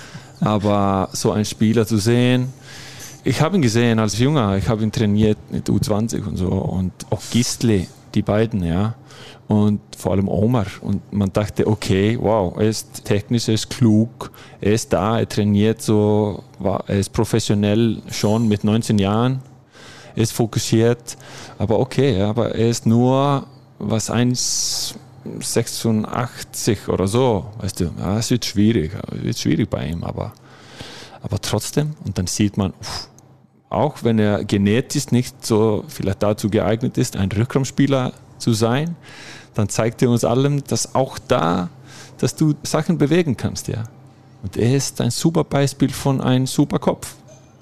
aber so einen Spieler zu sehen, ich habe ihn gesehen als Junger, ich habe ihn trainiert mit U zwanzig und so und auch Gisli, die beiden, ja. Und vor allem Omar. Und man dachte, okay, wow, er ist technisch, er ist klug, er ist da, er trainiert so, er ist professionell schon mit neunzehn Jahren, er ist fokussiert, aber okay, aber er ist nur was eins Komma sechsundachtzig oder so, weißt du, ja, es wird schwierig, es wird schwierig bei ihm, aber, aber trotzdem, und dann sieht man, uff, auch wenn er genetisch nicht so vielleicht dazu geeignet ist, ein Rückraumspieler zu sein, dann zeigt er uns allen, dass auch da, dass du Sachen bewegen kannst, ja. Und er ist ein super Beispiel von einem super Kopf.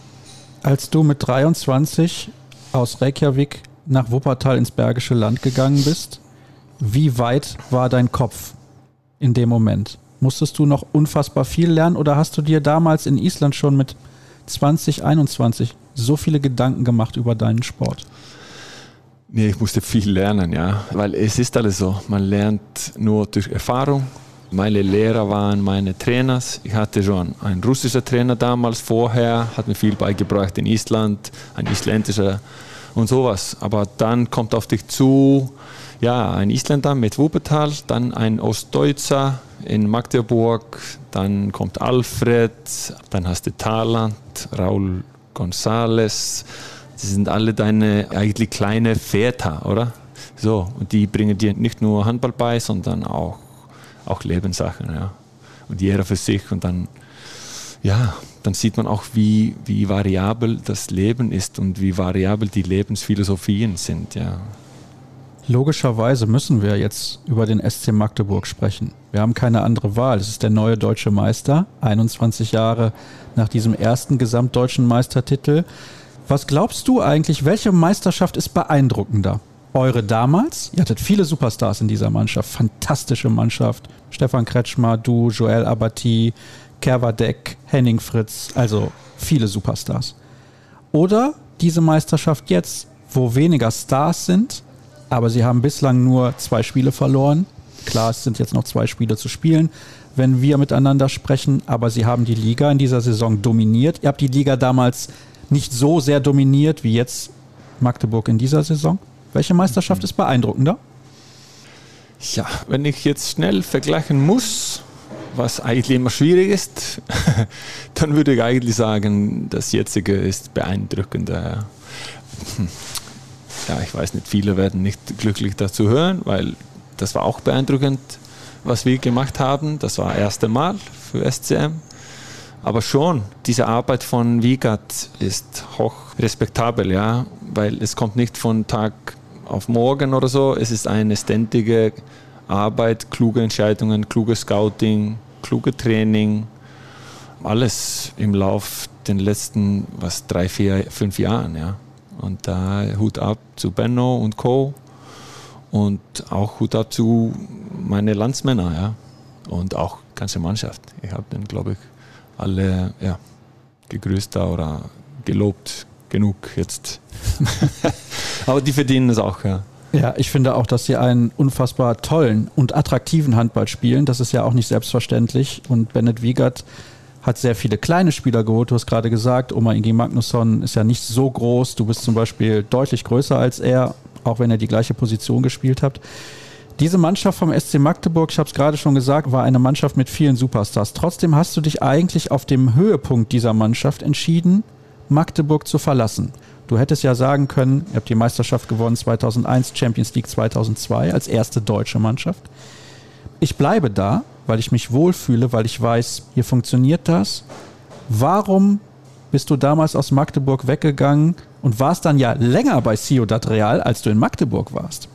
Als du mit dreiundzwanzig aus Reykjavik nach Wuppertal ins Bergische Land gegangen bist, wie weit war dein Kopf in dem Moment? Musstest du noch unfassbar viel lernen oder hast du dir damals in Island schon mit zwanzig, einundzwanzig so viele Gedanken gemacht über deinen Sport? Nee, ich musste viel lernen, ja, weil es ist alles so, man lernt nur durch Erfahrung. Meine Lehrer waren meine Trainers. Ich hatte schon einen russischen Trainer damals vorher, hat mir viel beigebracht in Island, ein isländischer und sowas. Aber dann kommt auf dich zu, ja, ein Isländer mit Wuppertal, dann ein Ostdeutscher in Magdeburg, dann kommt Alfred, dann hast du Thailand, Raul González. Das sind alle deine eigentlich kleine Väter, oder? So, und die bringen dir nicht nur Handball bei, sondern auch, auch Lebenssachen, ja. Und jeder für sich. Und dann, ja, dann sieht man auch, wie, wie variabel das Leben ist und wie variabel die Lebensphilosophien sind, ja. Logischerweise müssen wir jetzt über den S C Magdeburg sprechen. Wir haben keine andere Wahl. Es ist der neue deutsche Meister, einundzwanzig Jahre nach diesem ersten gesamtdeutschen Meistertitel. Was glaubst du eigentlich, welche Meisterschaft ist beeindruckender? Eure damals? Ihr hattet viele Superstars in dieser Mannschaft, fantastische Mannschaft. Stefan Kretschmer, du, Joel Abati, Kervadek, Henning Fritz, also viele Superstars. Oder diese Meisterschaft jetzt, wo weniger Stars sind, aber sie haben bislang nur zwei Spiele verloren. Klar, es sind jetzt noch zwei Spiele zu spielen, wenn wir miteinander sprechen, aber sie haben die Liga in dieser Saison dominiert. Ihr habt die Liga damals nicht so sehr dominiert wie jetzt Magdeburg in dieser Saison. Welche Meisterschaft ist beeindruckender? Ja, wenn ich jetzt schnell vergleichen muss, was eigentlich immer schwierig ist, dann würde ich eigentlich sagen, das jetzige ist beeindruckender. Ja, ich weiß nicht, viele werden nicht glücklich dazu hören, weil das war auch beeindruckend, was wir gemacht haben. Das war das erste Mal für S C M. Aber schon, diese Arbeit von Wiegert ist hoch respektabel, ja, weil es kommt nicht von Tag auf morgen oder so. Es ist eine ständige Arbeit, kluge Entscheidungen, kluge Scouting, kluge Training. Alles im Lauf den letzten, was, drei, vier, fünf Jahren, ja. Und da Hut ab zu Benno und Co. Und auch Hut ab zu meinen Landsmännern, ja. Und auch ganze Mannschaft. Ich habe den, glaube ich, alle ja, gegrüßt oder gelobt genug jetzt. Aber die verdienen es auch, ja. Ja, ich finde auch, dass sie einen unfassbar tollen und attraktiven Handball spielen. Das ist ja auch nicht selbstverständlich. Und Bennett Wiegert hat sehr viele kleine Spieler geholt. Du hast gerade gesagt, Oma Ingi Magnusson ist ja nicht so groß. Du bist zum Beispiel deutlich größer als er, auch wenn ihr die gleiche Position gespielt habt. Diese Mannschaft vom S C Magdeburg, ich habe es gerade schon gesagt, war eine Mannschaft mit vielen Superstars. Trotzdem hast du dich eigentlich auf dem Höhepunkt dieser Mannschaft entschieden, Magdeburg zu verlassen. Du hättest ja sagen können, ihr habt die Meisterschaft gewonnen zweitausendeins, Champions League zweitausendzwei als erste deutsche Mannschaft. Ich bleibe da, weil ich mich wohlfühle, weil ich weiß, hier funktioniert das. Warum bist du damals aus Magdeburg weggegangen und warst dann ja länger bei Ciudad Real, als du in Magdeburg warst?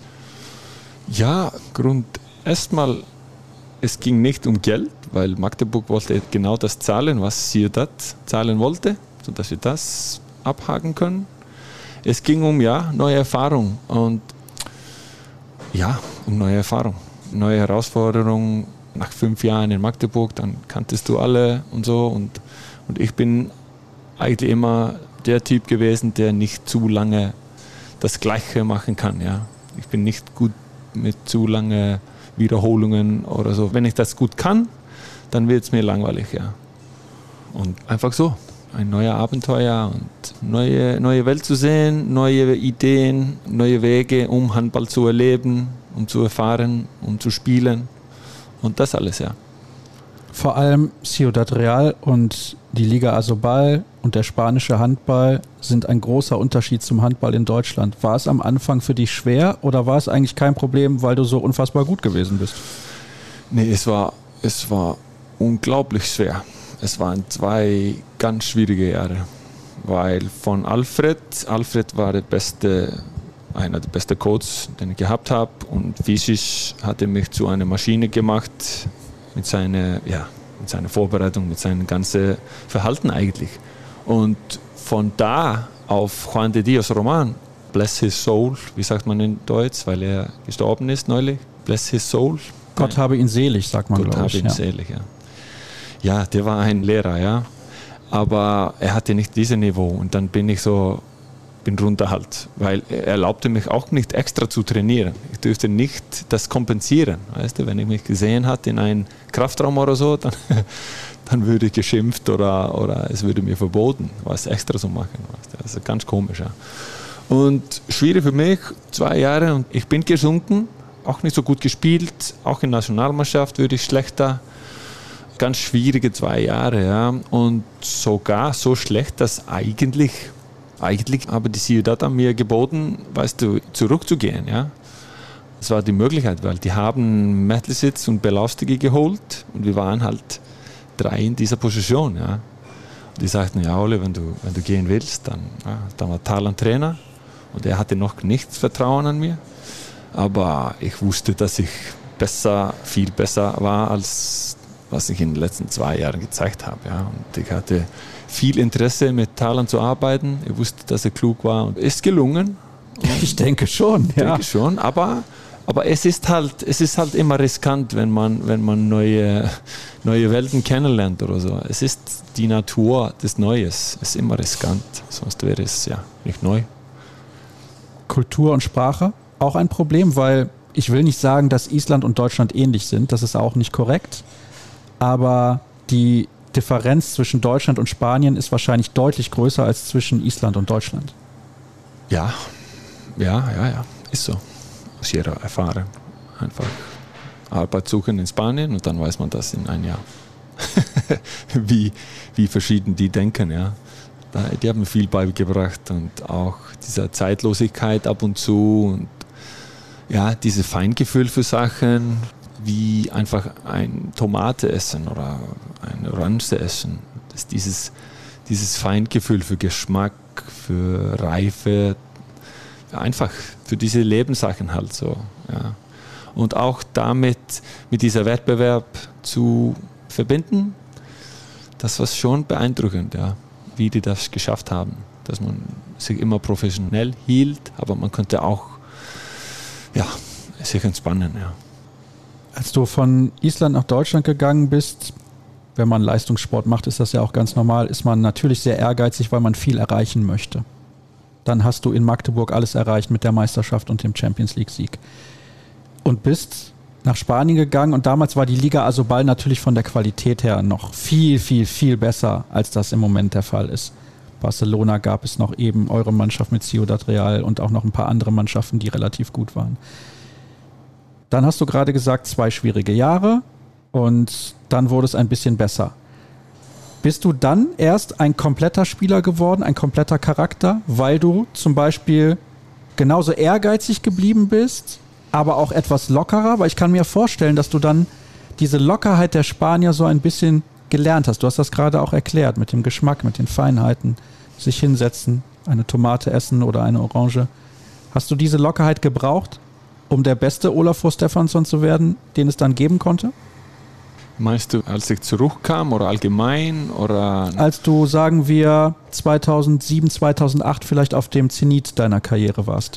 Ja, Grund erstmal, es ging nicht um Geld, weil Magdeburg wollte genau das zahlen, was Ciudad zahlen wollte, sodass wir das abhaken können. Es ging um ja, neue Erfahrung und ja, um neue Erfahrung, neue Herausforderungen. Nach fünf Jahren in Magdeburg, dann kanntest du alle und so und, und ich bin eigentlich immer der Typ gewesen, der nicht zu lange das Gleiche machen kann. Ja. Ich bin nicht gut mit zu lange Wiederholungen oder so. Wenn ich das gut kann, dann wird es mir langweilig. Ja. Und einfach so, ein neuer Abenteuer und neue, neue Welt zu sehen, neue Ideen, neue Wege, um Handball zu erleben, um zu erfahren, um zu spielen. Und das alles, ja. Vor allem Ciudad Real und die Liga Asobal und der spanische Handball sind ein großer Unterschied zum Handball in Deutschland. War es am Anfang für dich schwer oder war es eigentlich kein Problem, weil du so unfassbar gut gewesen bist? Nee, es war, es war unglaublich schwer. Es waren zwei ganz schwierige Jahre, weil von Alfred, Alfred war der beste einer der besten Coaches, den ich gehabt habe. Und physisch hat er mich zu einer Maschine gemacht mit seiner, ja, mit seiner Vorbereitung, mit seinem ganzen Verhalten eigentlich. Und von da auf Juan de Dios Roman, bless his soul, wie sagt man in Deutsch, weil er gestorben ist neulich, bless his soul. Gott habe ihn selig, sagt man, Gott glaube ich. Gott habe ihn ja. selig, ja. Ja, der war ein Lehrer, ja. Aber er hatte nicht dieses Niveau. Und dann bin ich so bin runter halt, weil er erlaubte mich auch nicht extra zu trainieren. Ich durfte nicht das kompensieren. Weißt du, wenn ich mich gesehen hatte in einem Kraftraum oder so, dann, dann würde ich geschimpft oder, oder es würde mir verboten, was extra zu machen. Weißt du? Das ist ganz komisch. Ja. Und schwierig für mich, zwei Jahre und ich bin gesunken, auch nicht so gut gespielt, auch in der Nationalmannschaft würde ich schlechter. Ganz schwierige zwei Jahre, ja. Und sogar so schlecht, dass eigentlich Eigentlich habe die Ciudad an mir geboten, weißt du, zurückzugehen. Ja? Das war die Möglichkeit, weil die haben Metlisic und Belavsky geholt und wir waren halt drei in dieser Position. Ja? Und die sagten, ja Ole, wenn du, wenn du gehen willst, dann, ja, dann war Talan Trainer und er hatte noch nicht Vertrauen an mir. Aber ich wusste, dass ich besser, viel besser war, als was ich in den letzten zwei Jahren gezeigt habe. Ja? Und ich hatte viel Interesse, mit Talan zu arbeiten. Ich wusste, dass er klug war und ist gelungen. Und ich denke schon, ich ja. denke schon, aber, aber es ist halt, es ist halt immer riskant, wenn man, wenn man neue, neue Welten kennenlernt oder so. Es ist die Natur des Neues. Es ist immer riskant, sonst wäre es ja nicht neu. Kultur und Sprache, auch ein Problem, weil ich will nicht sagen, dass Island und Deutschland ähnlich sind. Das ist auch nicht korrekt. Aber die Differenz zwischen Deutschland und Spanien ist wahrscheinlich deutlich größer als zwischen Island und Deutschland. Ja, ja, ja, ja, ist so. Aus ihrer Erfahrung einfach. Arbeit suchen in Spanien und dann weiß man das in einem Jahr. wie, wie verschieden die denken, ja. Die haben viel beigebracht und auch diese Zeitlosigkeit ab und zu und ja, dieses Feingefühl für Sachen, wie einfach ein Tomate essen oder eine Orange essen. Das ist dieses, dieses Feingefühl für Geschmack, für Reife, einfach für diese Lebenssachen halt so. Ja. Und auch damit, mit dieser Wettbewerb zu verbinden, das war schon beeindruckend, ja, wie die das geschafft haben. Dass man sich immer professionell hielt, aber man konnte auch ja, sich entspannen. Ja. Als du von Island nach Deutschland gegangen bist, wenn man Leistungssport macht, ist das ja auch ganz normal, ist man natürlich sehr ehrgeizig, weil man viel erreichen möchte. Dann hast du in Magdeburg alles erreicht mit der Meisterschaft und dem Champions-League-Sieg. Und bist nach Spanien gegangen und damals war die Liga Asobal natürlich von der Qualität her noch viel, viel, viel besser, als das im Moment der Fall ist. Barcelona gab es noch eben, eure Mannschaft mit Ciudad Real und auch noch ein paar andere Mannschaften, die relativ gut waren. Dann hast du gerade gesagt, zwei schwierige Jahre und dann wurde es ein bisschen besser. Bist du dann erst ein kompletter Spieler geworden, ein kompletter Charakter, weil du zum Beispiel genauso ehrgeizig geblieben bist, aber auch etwas lockerer? Weil ich kann mir vorstellen, dass du dann diese Lockerheit der Spanier so ein bisschen gelernt hast. Du hast das gerade auch erklärt mit dem Geschmack, mit den Feinheiten, sich hinsetzen, eine Tomate essen oder eine Orange. Hast du diese Lockerheit gebraucht, um der beste Olafur Stefansson zu werden, den es dann geben konnte? Meinst du, als ich zurückkam oder allgemein? Oder? Als du, sagen wir, zweitausendsieben, zweitausendacht vielleicht auf dem Zenit deiner Karriere warst.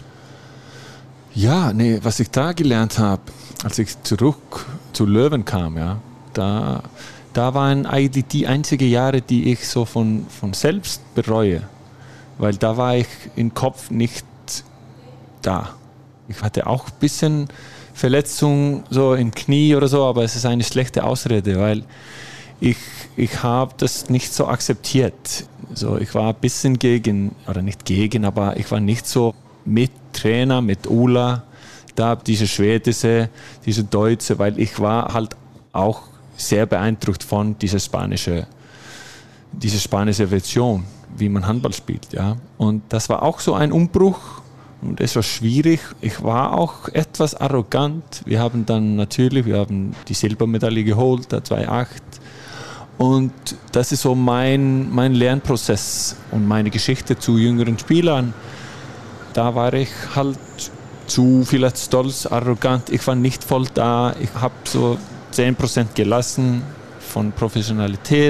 Ja, nee, was ich da gelernt habe, als ich zurück zu Löwen kam, ja, da, da waren eigentlich die einzigen Jahre, die ich so von, von selbst bereue. Weil da war ich im Kopf nicht da. Ich hatte auch ein bisschen Verletzung so im Knie oder so, aber es ist eine schlechte Ausrede, weil ich, ich habe das nicht so akzeptiert. So, ich war ein bisschen gegen, oder nicht gegen, aber ich war nicht so mit Trainer, mit Ula, da diese Schwedische, diese Deutsche, weil ich war halt auch sehr beeindruckt von dieser spanische, diese spanische Version, wie man Handball spielt. Ja. Und das war auch so ein Umbruch. Und es war schwierig. Ich war auch etwas arrogant. Wir haben dann natürlich, wir haben die Silbermedaille geholt, da zweitausendacht. Und das ist so mein, mein Lernprozess und meine Geschichte zu jüngeren Spielern. Da war ich halt zu vielleicht stolz, arrogant. Ich war nicht voll da. Ich habe so zehn Prozent gelassen von Professionalität.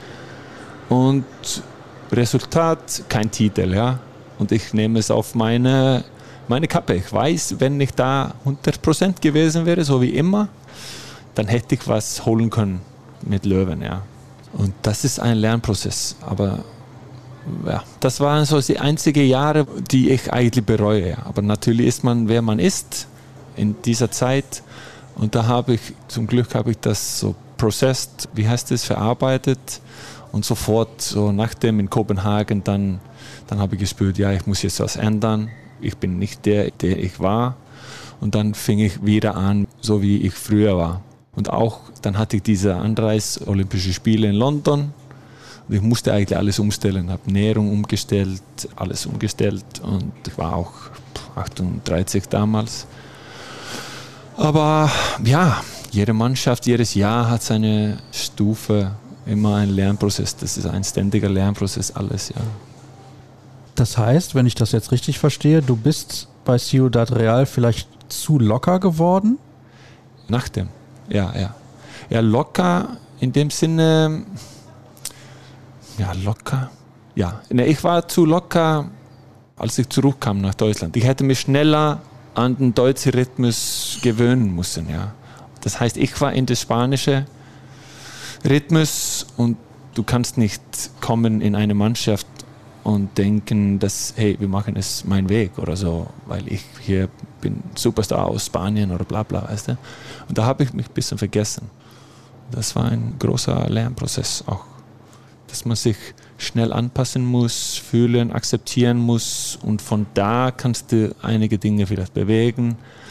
Und Resultat, kein Titel, ja. Und ich nehme es auf meine, meine Kappe. Ich weiß, wenn ich da hundert Prozent gewesen wäre, so wie immer, dann hätte ich was holen können mit Löwen. Ja. Und das ist ein Lernprozess. Aber ja, das waren so die einzigen Jahre, die ich eigentlich bereue. Aber natürlich ist man, wer man ist in dieser Zeit. Und da habe ich, zum Glück habe ich das so processed, wie heißt das, verarbeitet. Und sofort, so nachdem in Kopenhagen, dann Dann habe ich gespürt, ja, ich muss jetzt was ändern. Ich bin nicht der, der ich war. Und dann fing ich wieder an, so wie ich früher war. Und auch, dann hatte ich diese Anreise, Olympische Spiele in London. Und ich musste eigentlich alles umstellen. Habe Ernährung umgestellt, alles umgestellt. Und ich war auch achtunddreißig damals. Aber ja, jede Mannschaft, jedes Jahr hat seine Stufe, immer ein Lernprozess. Das ist ein ständiger Lernprozess, alles, ja. Das heißt, wenn ich das jetzt richtig verstehe, du bist bei Ciudad Real vielleicht zu locker geworden? Nach dem, ja, ja. Ja, locker in dem Sinne, ja, locker, ja. Ich war zu locker, als ich zurückkam nach Deutschland. Ich hätte mich schneller an den deutschen Rhythmus gewöhnen müssen, ja. Das heißt, ich war in der spanischen Rhythmus und du kannst nicht kommen in eine Mannschaft und denken, dass, hey, wir machen es mein Weg oder so, weil ich hier bin Superstar aus Spanien oder bla bla, weißt du. Und da habe ich mich ein bisschen vergessen. Das war ein großer Lernprozess auch, dass man sich schnell anpassen muss, fühlen, akzeptieren muss und von da kannst du einige Dinge vielleicht bewegen,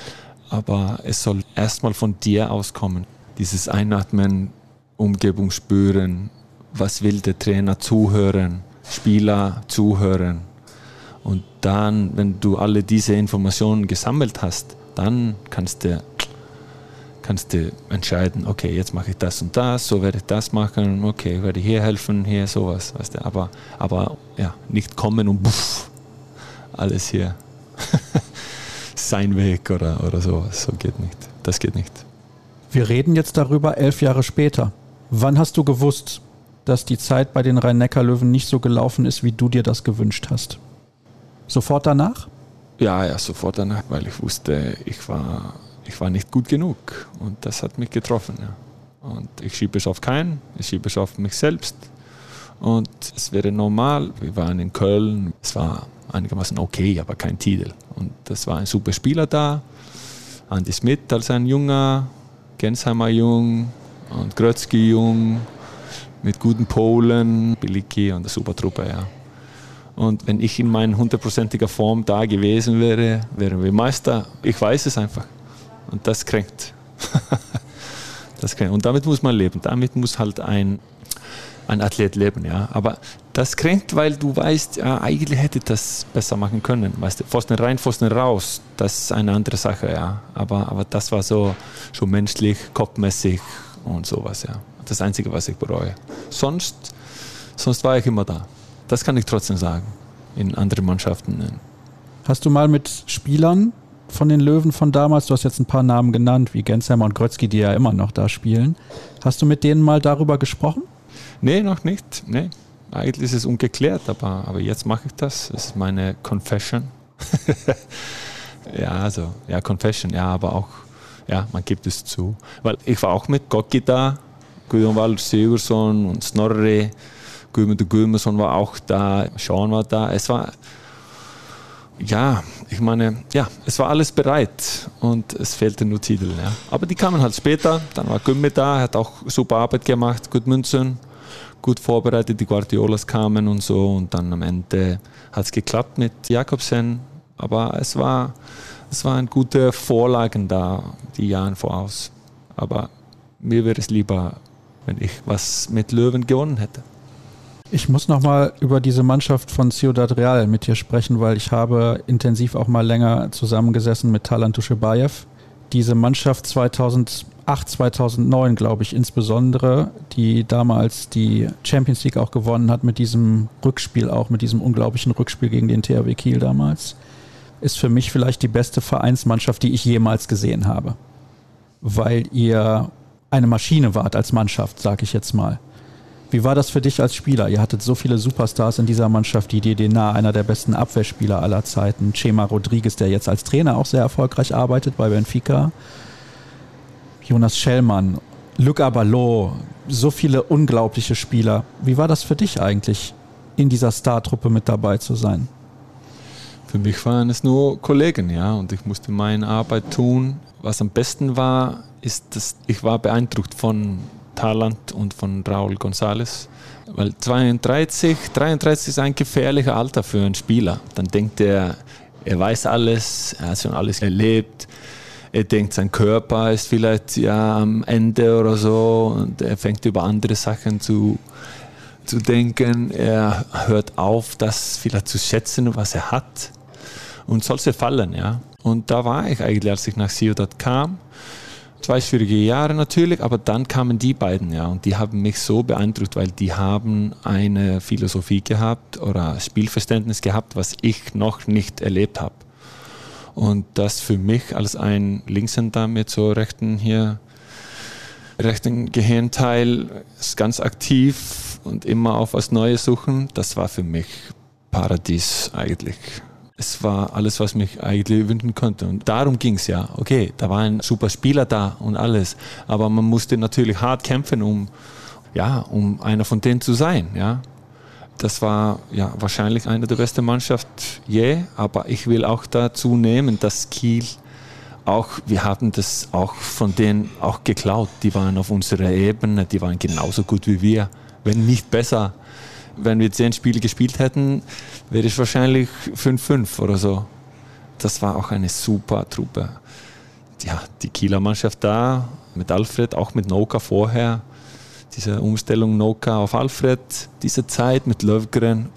aber es soll erstmal von dir auskommen. Dieses Einatmen, Umgebung spüren, was will der Trainer, zuhören, Spieler zuhören. Und dann, wenn du alle diese Informationen gesammelt hast, dann kannst du, kannst du entscheiden, okay, jetzt mache ich das und das, so werde ich das machen, okay, werde ich hier helfen, hier sowas. Weißt du. Aber, aber ja, nicht kommen und buff, alles hier. Sein Weg oder, oder sowas, so geht nicht. Das geht nicht. Wir reden jetzt darüber elf Jahre später. Wann hast du gewusst, dass die Zeit bei den Rhein-Neckar-Löwen nicht so gelaufen ist, wie du dir das gewünscht hast? Sofort danach? Ja, ja, sofort danach, weil ich wusste, ich war, ich war nicht gut genug und das hat mich getroffen. Ja. Und ich schiebe es auf keinen, ich schiebe es auf mich selbst und es wäre normal. Wir waren in Köln, es war einigermaßen okay, aber kein Titel. Und das war ein super Spieler da, Andi Smith als ein Junger, Gensheimer Jung und Grötzky Jung mit guten Polen, Bilicki und der super Truppe, ja. Und wenn ich in meiner hundertprozentiger Form da gewesen wäre, wären wir Meister. Ich weiß es einfach. Und das kränkt. das kränkt. Und damit muss man leben. Damit muss halt ein, ein Athlet leben. Ja. Aber das kränkt, weil du weißt, ja, eigentlich hätte ich das besser machen können. Weißt du, Pfosten rein, Pfosten raus, das ist eine andere Sache. Ja. Aber, aber das war so schon menschlich, kopfmäßig und sowas. Ja. Das Einzige, was ich bereue. Sonst, sonst war ich immer da. Das kann ich trotzdem sagen, in anderen Mannschaften. Hast du mal mit Spielern von den Löwen von damals, du hast jetzt ein paar Namen genannt, wie Gensheimer und Grötzky, die ja immer noch da spielen, hast du mit denen mal darüber gesprochen? Nee, noch nicht. Nee. Eigentlich ist es ungeklärt, aber, aber jetzt mache ich das. Das ist meine Confession. ja, also, ja, Confession, ja, aber auch, ja, man gibt es zu. Weil ich war auch mit Gocki da, Gudjon Valur Sigurdsson und Snorri. Guðmundur Guðmundsson war auch da, Sean war da. Es war, ja, ich meine, ja, es war alles bereit und es fehlte nur Titel. Ja. Aber die kamen halt später, dann war Gümme da, hat auch super Arbeit gemacht, Gudmundsson, gut vorbereitet, die Guardiolas kamen und so und dann am Ende hat es geklappt mit Jakobsen, aber es war, es waren gute Vorlagen da, die Jahre voraus. Aber mir wäre es lieber, wenn ich was mit Löwen gewonnen hätte. Ich muss nochmal über diese Mannschaft von Ciudad Real mit dir sprechen, weil ich habe intensiv auch mal länger zusammengesessen mit Talant Dushebaev. Diese Mannschaft zweitausendacht, zweitausendneun, glaube ich, insbesondere, die damals die Champions League auch gewonnen hat mit diesem Rückspiel, auch mit diesem unglaublichen Rückspiel gegen den T H W Kiel damals, ist für mich vielleicht die beste Vereinsmannschaft, die ich jemals gesehen habe. Weil ihr eine Maschine wart als Mannschaft, sage ich jetzt mal. Wie war das für dich als Spieler? Ihr hattet so viele Superstars in dieser Mannschaft, die Dedenar, einer der besten Abwehrspieler aller Zeiten, Chema Rodriguez, der jetzt als Trainer auch sehr erfolgreich arbeitet bei Benfica, Jonas Schellmann, Luc Abalo, so viele unglaubliche Spieler. Wie war das für dich eigentlich, in dieser Startruppe mit dabei zu sein? Für mich waren es nur Kollegen, ja, und ich musste meine Arbeit tun. Was am besten war, ist, dass ich war beeindruckt von Talant und von Raúl González, weil zweiunddreißig, dreiunddreißig ist ein gefährlicher Alter für einen Spieler. Dann denkt er, er weiß alles, er hat schon alles erlebt, er denkt, sein Körper ist vielleicht ja am Ende oder so und er fängt über andere Sachen zu, zu denken, er hört auf, das vielleicht zu schätzen, was er hat und solche fallen, ja. Und da war ich eigentlich, als ich nach Ciudad kam. Zwei schwierige Jahre natürlich, aber dann kamen die beiden, ja, und die haben mich so beeindruckt, weil die haben eine Philosophie gehabt oder Spielverständnis gehabt, was ich noch nicht erlebt habe. Und das für mich als ein Linkshänder mit so rechten hier, rechten Gehirnteil, ist ganz aktiv und immer auf was Neues suchen, das war für mich Paradies eigentlich. Es war alles, was mich eigentlich wünschen konnte. Und darum ging es ja. Okay, da war ein super Spieler da und alles. Aber man musste natürlich hart kämpfen, um, ja, um einer von denen zu sein. Ja. Das war ja wahrscheinlich eine der besten Mannschaften je. Aber ich will auch dazu nehmen, dass Kiel auch, wir haben das auch von denen auch geklaut. Die waren auf unserer Ebene, die waren genauso gut wie wir, wenn nicht besser. Wenn wir zehn Spiele gespielt hätten, wäre es wahrscheinlich fünf fünf oder so. Das war auch eine super Truppe. ja, die Kieler Mannschaft da, mit Alfred, auch mit Noka vorher, diese Umstellung Noka auf Alfred, diese Zeit mit Löfgren,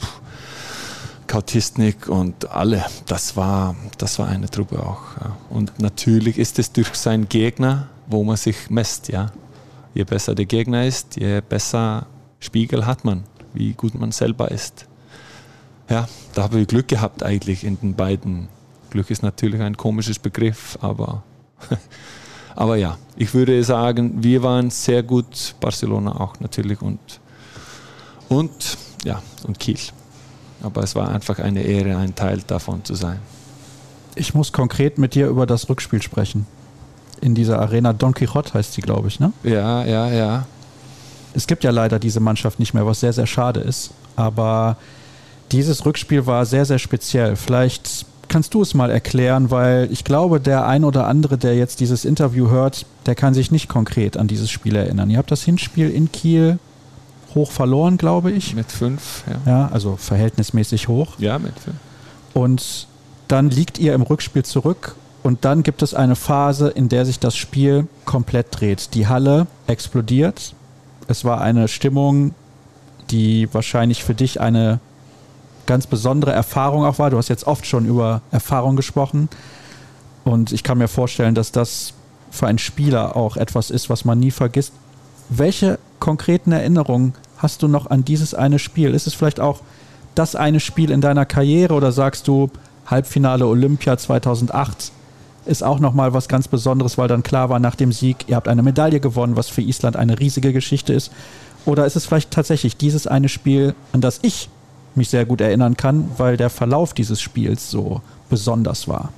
Kautisnik und alle, das war, das war eine Truppe auch. Ja. Und natürlich ist es durch seinen Gegner, wo man sich messt. Ja. Je besser der Gegner ist, je besser Spiegel hat man, wie gut man selber ist. Ja, da habe ich Glück gehabt eigentlich in den beiden. Glück ist natürlich ein komisches Begriff, aber, aber ja, ich würde sagen, wir waren sehr gut, Barcelona auch natürlich und, und, ja, und Kiel. Aber es war einfach eine Ehre, ein Teil davon zu sein. Ich muss konkret mit dir über das Rückspiel sprechen. In dieser Arena Don Quixote heißt sie, glaube ich, ne? Ja, ja, ja. Es gibt ja leider diese Mannschaft nicht mehr, was sehr, sehr schade ist. Aber dieses Rückspiel war sehr, sehr speziell. Vielleicht kannst du es mal erklären, weil ich glaube, der ein oder andere, der jetzt dieses Interview hört, der kann sich nicht konkret an dieses Spiel erinnern. Ihr habt das Hinspiel in Kiel hoch verloren, glaube ich. Mit fünf, ja. Ja, also verhältnismäßig hoch. Ja, mit fünf. Und dann liegt ihr im Rückspiel zurück und dann gibt es eine Phase, in der sich das Spiel komplett dreht. Die Halle explodiert. Es war eine Stimmung, die wahrscheinlich für dich eine ganz besondere Erfahrung auch war. Du hast jetzt oft schon über Erfahrung gesprochen und ich kann mir vorstellen, dass das für einen Spieler auch etwas ist, was man nie vergisst. Welche konkreten Erinnerungen hast du noch an dieses eine Spiel? Ist es vielleicht auch das eine Spiel in deiner Karriere oder sagst du, Halbfinale Olympia zweitausendacht ist auch nochmal was ganz Besonderes, weil dann klar war nach dem Sieg, ihr habt eine Medaille gewonnen, was für Island eine riesige Geschichte ist. Oder ist es vielleicht tatsächlich dieses eine Spiel, an das ich mich sehr gut erinnern kann, weil der Verlauf dieses Spiels so besonders war?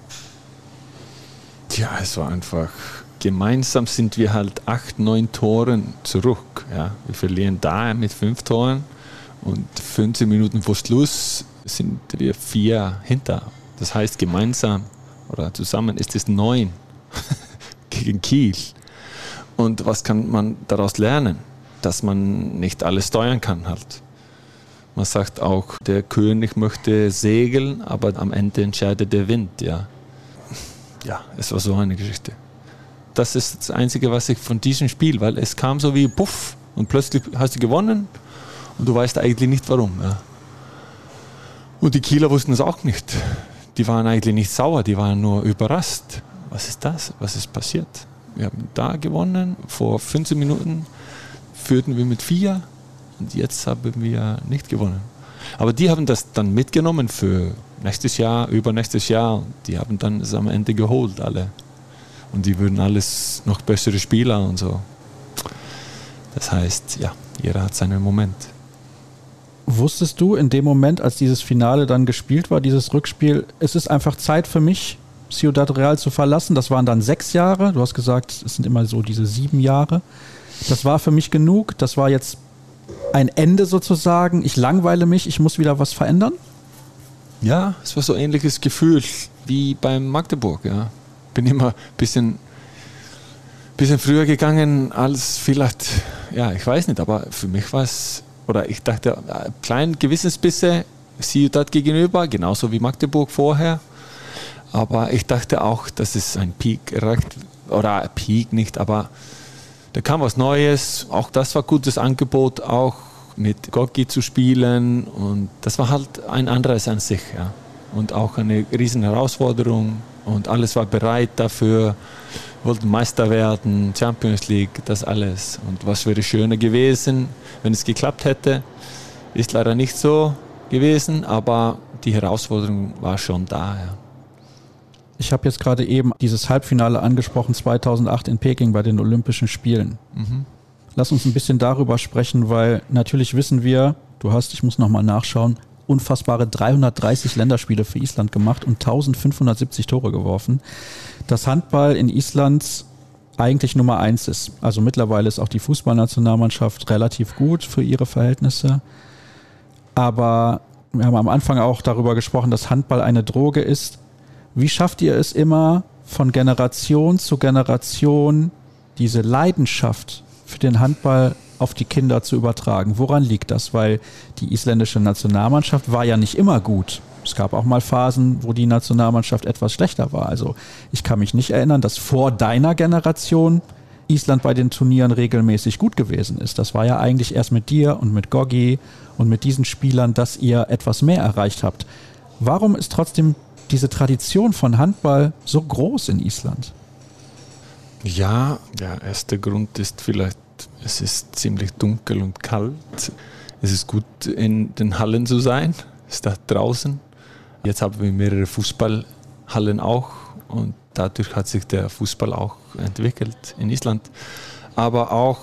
Ja, es war einfach, gemeinsam sind wir halt acht, neun Toren zurück. Ja. Wir verlieren da mit fünf Toren und fünfzehn Minuten vor Schluss sind wir vier hinter. Das heißt, gemeinsam oder zusammen ist es neun gegen Kiel. Und was kann man daraus lernen? Dass man nicht alles steuern kann halt. Man sagt auch, der König möchte segeln, aber am Ende entscheidet der Wind. Ja, ja, es war so eine Geschichte. Das ist das Einzige, was ich von diesem Spiel, weil es kam so wie puff und plötzlich hast du gewonnen und du weißt eigentlich nicht warum. Ja. Und die Kieler wussten es auch nicht. Die waren eigentlich nicht sauer, die waren nur überrascht. Was ist das? Was ist passiert? Wir haben da gewonnen, vor fünfzehn Minuten führten wir mit vier und jetzt haben wir nicht gewonnen. Aber die haben das dann mitgenommen für nächstes Jahr, übernächstes Jahr. Die haben dann es am Ende geholt, alle. Und die würden alles noch bessere Spieler und so. Das heißt, ja, jeder hat seinen Moment. Wusstest du in dem Moment, als dieses Finale dann gespielt war, dieses Rückspiel, es ist einfach Zeit für mich, Ciudad Real zu verlassen? Das waren dann sechs Jahre. Du hast gesagt, es sind immer so diese sieben Jahre. Das war für mich genug. Das war jetzt ein Ende sozusagen. Ich langweile mich, ich muss wieder was verändern? Ja, es war so ein ähnliches Gefühl wie beim Magdeburg. Ja. Bin immer ein bisschen, bisschen früher gegangen als vielleicht, ja, ich weiß nicht, aber für mich war es, oder ich dachte, ein kleines Gewissensbisse Ciudad gegenüber, genauso wie Magdeburg vorher. Aber ich dachte auch, dass es ein Peak erreicht, oder ein Peak nicht, aber da kam was Neues. Auch das war gutes Angebot, auch mit Gorki zu spielen. Und das war halt ein anderes an sich. Ja. Und auch eine riesen Herausforderung. Und alles war bereit dafür. Wollten Meister werden, Champions League, das alles. Und was wäre schöner gewesen, wenn es geklappt hätte. Ist leider nicht so gewesen, aber die Herausforderung war schon da. Ja. Ich habe jetzt gerade eben dieses Halbfinale angesprochen, zweitausendacht in Peking bei den Olympischen Spielen. Mhm. Lass uns ein bisschen darüber sprechen, weil natürlich wissen wir, du hast, ich muss nochmal nachschauen, unfassbare dreihundertdreißig Länderspiele für Island gemacht und eintausendfünfhundertsiebzig Tore geworfen. Dass Handball in Island eigentlich Nummer eins ist. Also mittlerweile ist auch die Fußballnationalmannschaft relativ gut für ihre Verhältnisse. Aber wir haben am Anfang auch darüber gesprochen, dass Handball eine Droge ist. Wie schafft ihr es immer, von Generation zu Generation diese Leidenschaft für den Handball auf die Kinder zu übertragen? Woran liegt das? Weil die isländische Nationalmannschaft war ja nicht immer gut. Es gab auch mal Phasen, wo die Nationalmannschaft etwas schlechter war. Also ich kann mich nicht erinnern, dass vor deiner Generation Island bei den Turnieren regelmäßig gut gewesen ist. Das war ja eigentlich erst mit dir und mit Goggi und mit diesen Spielern, dass ihr etwas mehr erreicht habt. Warum ist trotzdem diese Tradition von Handball so groß in Island? Ja, der erste Grund ist vielleicht, es ist ziemlich dunkel und kalt. Es ist gut, in den Hallen zu sein, ist da draußen. Jetzt haben wir mehrere Fußballhallen auch und dadurch hat sich der Fußball auch entwickelt in Island. Aber auch,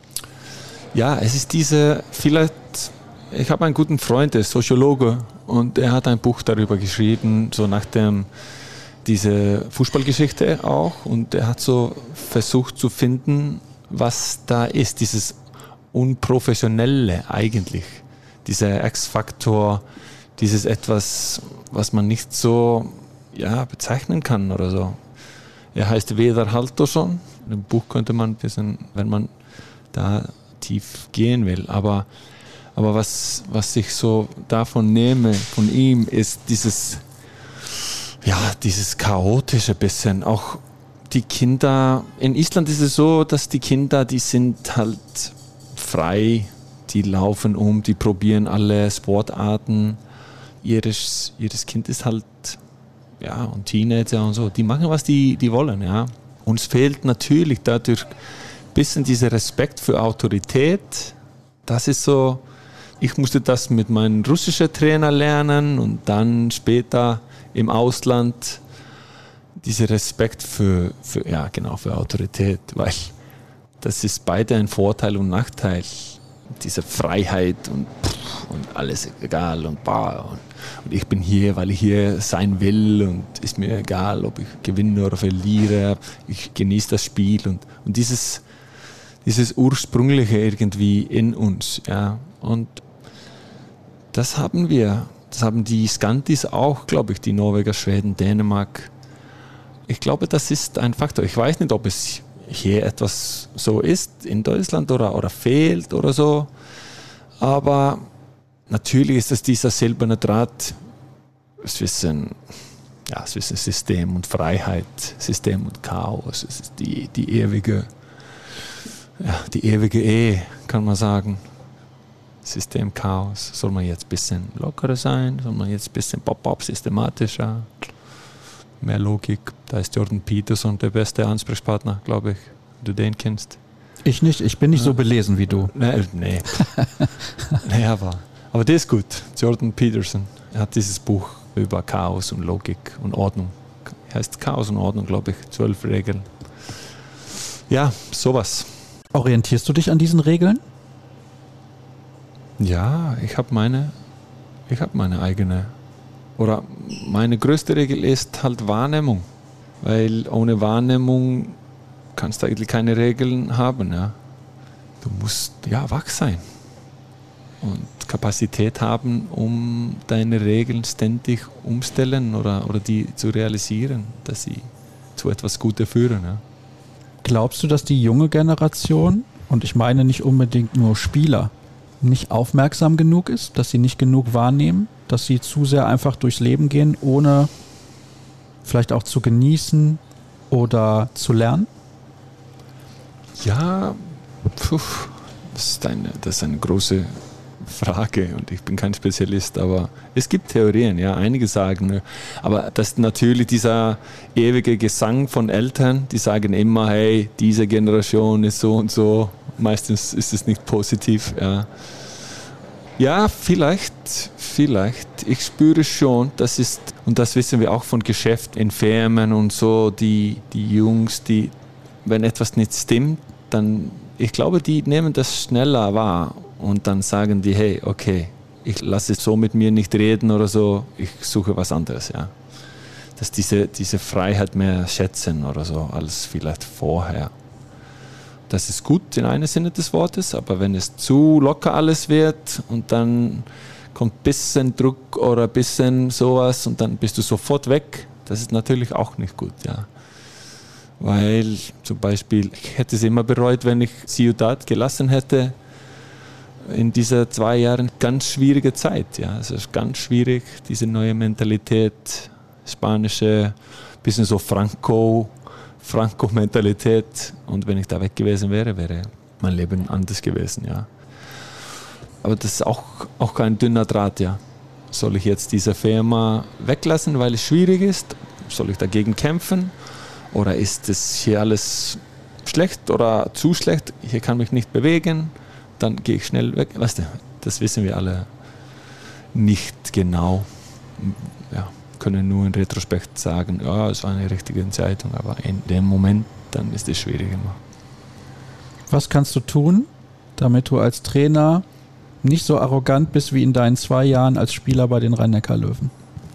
ja, es ist diese, vielleicht, ich habe einen guten Freund, der ist Soziologe und er hat ein Buch darüber geschrieben, so nach dem, diese Fußballgeschichte auch und er hat so versucht zu finden, was da ist, dieses Unprofessionelle eigentlich, dieser X-Faktor, dieses etwas, was man nicht so ja, bezeichnen kann oder so. Er heißt Vedar Halldórsson. Im Buch könnte man ein bisschen, wenn man da tief gehen will. Aber, aber was, was ich so davon nehme, von ihm, ist dieses, ja, dieses chaotische bisschen. Auch die Kinder, in Island ist es so, dass die Kinder, die sind halt frei, die laufen um, die probieren alle Sportarten. Ihres, ihres Kind ist halt, ja, und Teenager und so, die machen, was die, die wollen, ja. Uns fehlt natürlich dadurch ein bisschen dieser Respekt für Autorität. Das ist so, ich musste das mit meinem russischen Trainer lernen und dann später im Ausland dieser Respekt für, für, ja, genau, für Autorität, weil das ist beide ein Vorteil und Nachteil. Diese Freiheit und, und alles egal und bah. Und, und ich bin hier, weil ich hier sein will und ist mir egal, ob ich gewinne oder verliere. Ich genieße das Spiel und, und dieses, dieses Ursprüngliche irgendwie in uns. Ja. Und das haben wir. Das haben die Skandis auch, glaube ich, die Norweger, Schweden, Dänemark. Ich glaube, das ist ein Faktor. Ich weiß nicht, ob es hier etwas so ist in Deutschland oder, oder fehlt oder so. Aber natürlich ist es dieser silberne Draht zwischen, ja, zwischen System und Freiheit, System und Chaos. Es ist die, die ewige, ja, die ewige Ehe, kann man sagen. System Chaos. Soll man jetzt ein bisschen lockerer sein? Soll man jetzt ein bisschen Pop-up systematischer? Mehr Logik. Da ist Jordan Peterson der beste Ansprechpartner, glaube ich, wenn du den kennst. Ich nicht, ich bin nicht ja. so belesen wie du. Nee, nee. nee aber, aber der ist gut. Jordan Peterson. Er hat dieses Buch über Chaos und Logik und Ordnung. Heißt Chaos und Ordnung, glaube ich. Zwölf Regeln. Ja, sowas. Orientierst du dich an diesen Regeln? Ja, ich habe meine, ich habe meine eigene. Oder meine größte Regel ist halt Wahrnehmung. Weil ohne Wahrnehmung kannst du eigentlich keine Regeln haben. Ja. Du musst ja wach sein und Kapazität haben, um deine Regeln ständig umstellen oder, oder die zu realisieren, dass sie zu etwas Gutes führen. Ja. Glaubst du, dass die junge Generation, und ich meine nicht unbedingt nur Spieler, nicht aufmerksam genug ist, dass sie nicht genug wahrnehmen, dass sie zu sehr einfach durchs Leben gehen, ohne vielleicht auch zu genießen oder zu lernen? Ja, puh, das ist eine, das ist eine große Frage und ich bin kein Spezialist, aber es gibt Theorien, ja, einige sagen, aber das ist natürlich dieser ewige Gesang von Eltern, die sagen immer, hey, diese Generation ist so und so, meistens ist es nicht positiv, ja. Ja, vielleicht, vielleicht. Ich spüre schon, das ist, und das wissen wir auch von Geschäften in Firmen und so, die, die Jungs, die, wenn etwas nicht stimmt, dann, ich glaube, die nehmen das schneller wahr und dann sagen die, hey, okay, ich lasse so mit mir nicht reden oder so, ich suche was anderes, ja. Dass diese, diese Freiheit mehr schätzen oder so, als vielleicht vorher. Das ist gut in einem Sinne des Wortes, aber wenn es zu locker alles wird und dann kommt ein bisschen Druck oder ein bisschen sowas und dann bist du sofort weg, das ist natürlich auch nicht gut, ja. Weil zum Beispiel, ich hätte es immer bereut, wenn ich Ciudad gelassen hätte, in diesen zwei Jahren ganz schwierige Zeit. Ja. Es ist ganz schwierig, diese neue Mentalität, spanische, bisschen so Franco, Franco-Mentalität. Und wenn ich da weg gewesen wäre, wäre mein Leben anders gewesen. Ja. Aber das ist auch, auch kein dünner Draht. Ja. Soll ich jetzt diese Firma weglassen, weil es schwierig ist? Soll ich dagegen kämpfen? Oder ist es hier alles schlecht oder zu schlecht? Hier kann mich nicht bewegen. Dann gehe ich schnell weg. Weißt du, das wissen wir alle nicht genau. Ja, können nur in Retrospekt sagen, ja, es war eine richtige Entscheidung, aber in dem Moment, dann ist es schwierig immer. Was kannst du tun, damit du als Trainer nicht so arrogant bist wie in deinen zwei Jahren als Spieler bei den Rhein-Neckar-Löwen?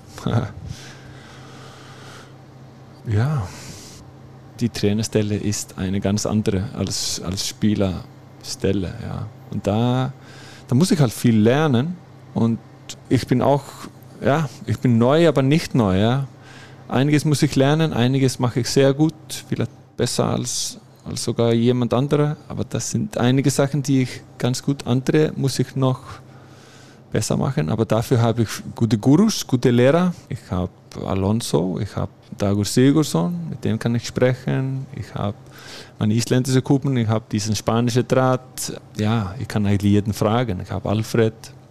Ja, die Trainerstelle ist eine ganz andere als, als Spielerstelle. Ja. Und da, da muss ich halt viel lernen. Und ich bin auch, ja, ich bin neu, aber nicht neu. Ja. Einiges muss ich lernen, einiges mache ich sehr gut, vielleicht besser als, als sogar jemand anderer. Aber das sind einige Sachen, die ich ganz gut, andere muss ich noch besser machen. Aber dafür habe ich gute Gurus, gute Lehrer. Ich habe Alonso, ich habe Dagur Sigurdsson, mit dem kann ich sprechen. Ich habe meine isländische Kuppen, ich habe diesen spanischen Draht. Ja, ich kann eigentlich jeden fragen. Ich habe Alfred.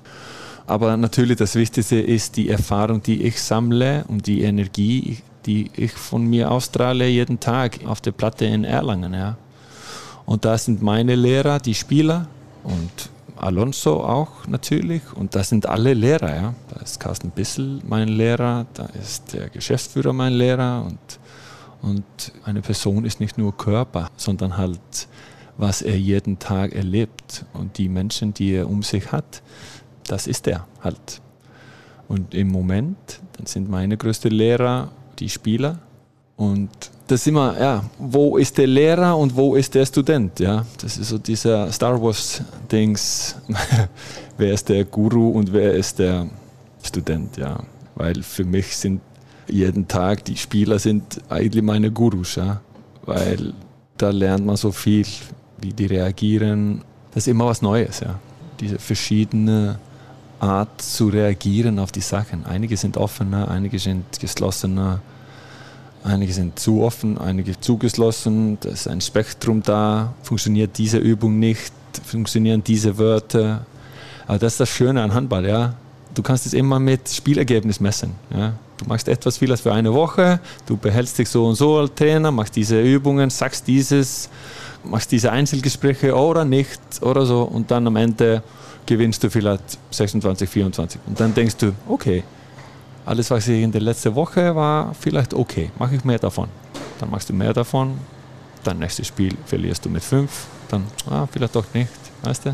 Aber natürlich das Wichtigste ist die Erfahrung, die ich sammle und die Energie, die ich von mir ausstrahle jeden Tag auf der Platte in Erlangen. Ja. Und da sind meine Lehrer, die Spieler und Alonso auch natürlich. Und das sind alle Lehrer. Ja. Da ist Carsten Bissel mein Lehrer, da ist der Geschäftsführer mein Lehrer. Und, und eine Person ist nicht nur Körper, sondern halt, was er jeden Tag erlebt. Und die Menschen, die er um sich hat, das ist er halt. Und im Moment, dann sind meine größten Lehrer die Spieler. Und das ist immer, ja, wo ist der Lehrer und wo ist der Student? Ja? Das ist so dieser Star Wars-Dings. Wer ist der Guru und wer ist der Student? Ja? Weil für mich sind jeden Tag die Spieler sind eigentlich meine Gurus. Ja? Weil da lernt man so viel, wie die reagieren. Das ist immer was Neues. Ja? Diese verschiedene Art zu reagieren auf die Sachen. Einige sind offener, einige sind geschlossener. Einige sind zu offen, einige zu geschlossen. Da ist ein Spektrum da. Funktioniert diese Übung nicht? Funktionieren diese Wörter? Aber das ist das Schöne an Handball. Ja? Du kannst es immer mit Spielergebnis messen. Ja? Du machst etwas vieles für eine Woche. Du behältst dich so und so als Trainer, machst diese Übungen, sagst dieses, machst diese Einzelgespräche oder nicht oder so. Und dann am Ende gewinnst du vielleicht sechsundzwanzig, vierundzwanzig. Und dann denkst du, okay, alles, was ich in der letzten Woche war, vielleicht okay, mache ich mehr davon. Dann machst du mehr davon, dann nächstes Spiel verlierst du mit fünf, dann ah, vielleicht doch nicht, weißt du?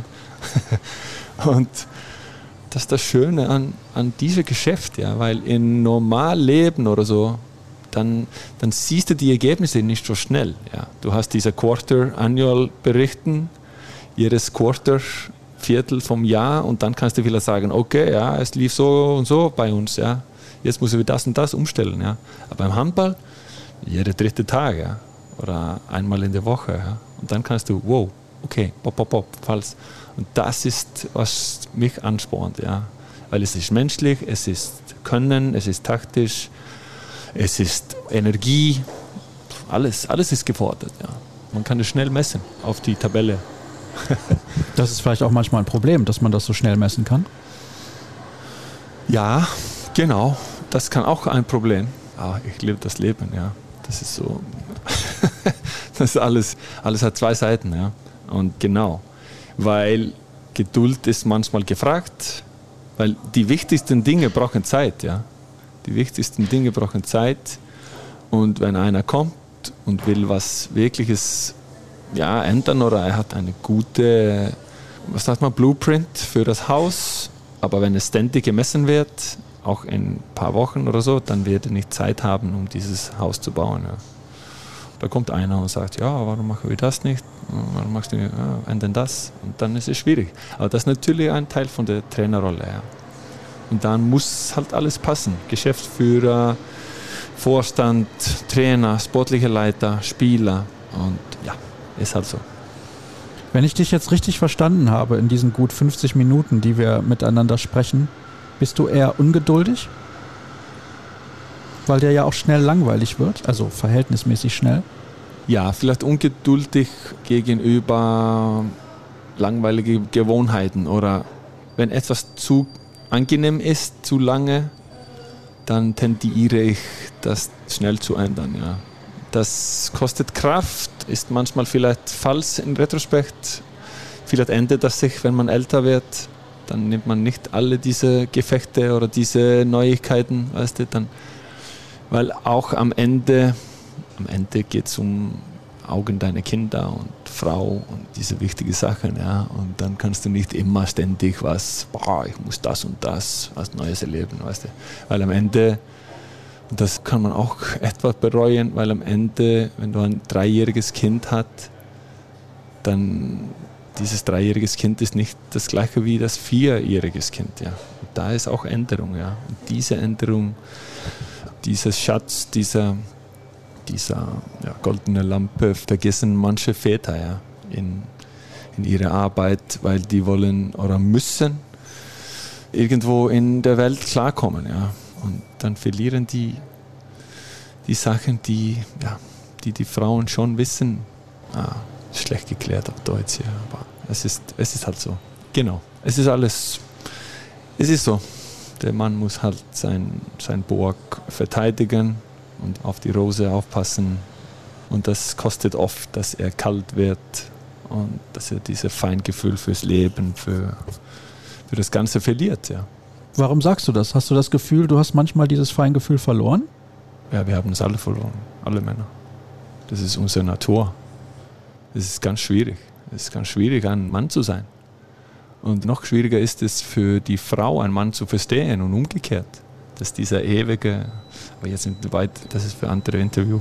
Und das ist das Schöne an, an diesem Geschäft, ja, weil im Normalleben oder so, dann, dann siehst du die Ergebnisse nicht so schnell. Ja. Du hast diese Quarter-Annual-Berichten, jedes Quarter, Viertel vom Jahr und dann kannst du vielleicht sagen, okay, ja, es lief so und so bei uns, ja. Jetzt müssen wir das und das umstellen. Ja. Aber beim Handball, jeder dritte Tag, ja. Oder einmal in der Woche. Ja. Und dann kannst du, wow, okay, pop, pop, pop, falsch. Und das ist, was mich anspornt. Ja. Weil es ist menschlich, es ist Können, es ist taktisch, es ist Energie, alles, alles ist gefordert. Ja. Man kann es schnell messen auf die Tabelle. Das ist vielleicht auch manchmal ein Problem, dass man das so schnell messen kann. Ja, genau. Das kann auch ein Problem. Aber ich liebe das Leben, ja. Das ist so. Das ist alles, alles hat zwei Seiten, ja. Und genau. Weil Geduld ist manchmal gefragt, weil die wichtigsten Dinge brauchen Zeit, ja. Die wichtigsten Dinge brauchen Zeit. Und wenn einer kommt und will was Wirkliches ja, ändern oder er hat eine gute, was sagt man, Blueprint für das Haus, aber wenn es ständig gemessen wird, auch in ein paar Wochen oder so, dann wird er nicht Zeit haben, um dieses Haus zu bauen. Ja. Da kommt einer und sagt, ja, warum machen wir das nicht? Warum machst du ja, ändern das? Und dann ist es schwierig. Aber das ist natürlich ein Teil von der Trainerrolle. Ja. Und dann muss halt alles passen. Geschäftsführer, Vorstand, Trainer, sportliche Leiter, Spieler und ja. Ist halt so. Wenn ich dich jetzt richtig verstanden habe in diesen gut fünfzig Minuten, die wir miteinander sprechen, bist du eher ungeduldig? Weil der ja auch schnell langweilig wird, also verhältnismäßig schnell. Ja, vielleicht ungeduldig gegenüber langweilige Gewohnheiten oder wenn etwas zu angenehm ist, zu lange, dann tendiere ich, das schnell zu ändern. Ja. Das kostet Kraft, ist manchmal vielleicht falsch in Retrospekt. Vielleicht ändert das sich, wenn man älter wird. Dann nimmt man nicht alle diese Gefechte oder diese Neuigkeiten, weißt du, dann, weil auch am Ende, am Ende geht es um Augen deiner Kinder und Frau und diese wichtigen Sachen, ja. Und dann kannst du nicht immer ständig was, boah, ich muss das und das, was Neues erleben, weißt du. Weil am Ende, und das kann man auch etwas bereuen, weil am Ende, wenn du ein dreijähriges Kind hast, dann dieses dreijähriges Kind ist nicht das gleiche wie das vierjähriges Kind, ja. Und da ist auch Änderung, ja. Und diese Änderung, dieser Schatz, dieser dieser ja, goldene Lampe vergessen manche Väter ja, in, in ihrer Arbeit, weil die wollen oder müssen irgendwo in der Welt klarkommen. Ja. Und dann verlieren die die Sachen, die ja, die, die Frauen schon wissen. Ah, schlecht geklärt auf Deutsch, ja, aber es ist, es ist halt so. Genau, es ist alles, es ist so. Der Mann muss halt sein, sein Burg verteidigen und auf die Rose aufpassen. Und das kostet oft, dass er kalt wird und dass er dieses Feingefühl fürs Leben, für, für das Ganze verliert. Ja. Warum sagst du das? Hast du das Gefühl, du hast manchmal dieses Feingefühl verloren? Ja, wir haben es alle verloren, alle Männer. Das ist unsere Natur. Es ist ganz schwierig. Es ist ganz schwierig, ein Mann zu sein. Und noch schwieriger ist es für die Frau, einen Mann zu verstehen und umgekehrt. Dass dieser ewige, aber jetzt sind wir weit, das ist für andere Interview.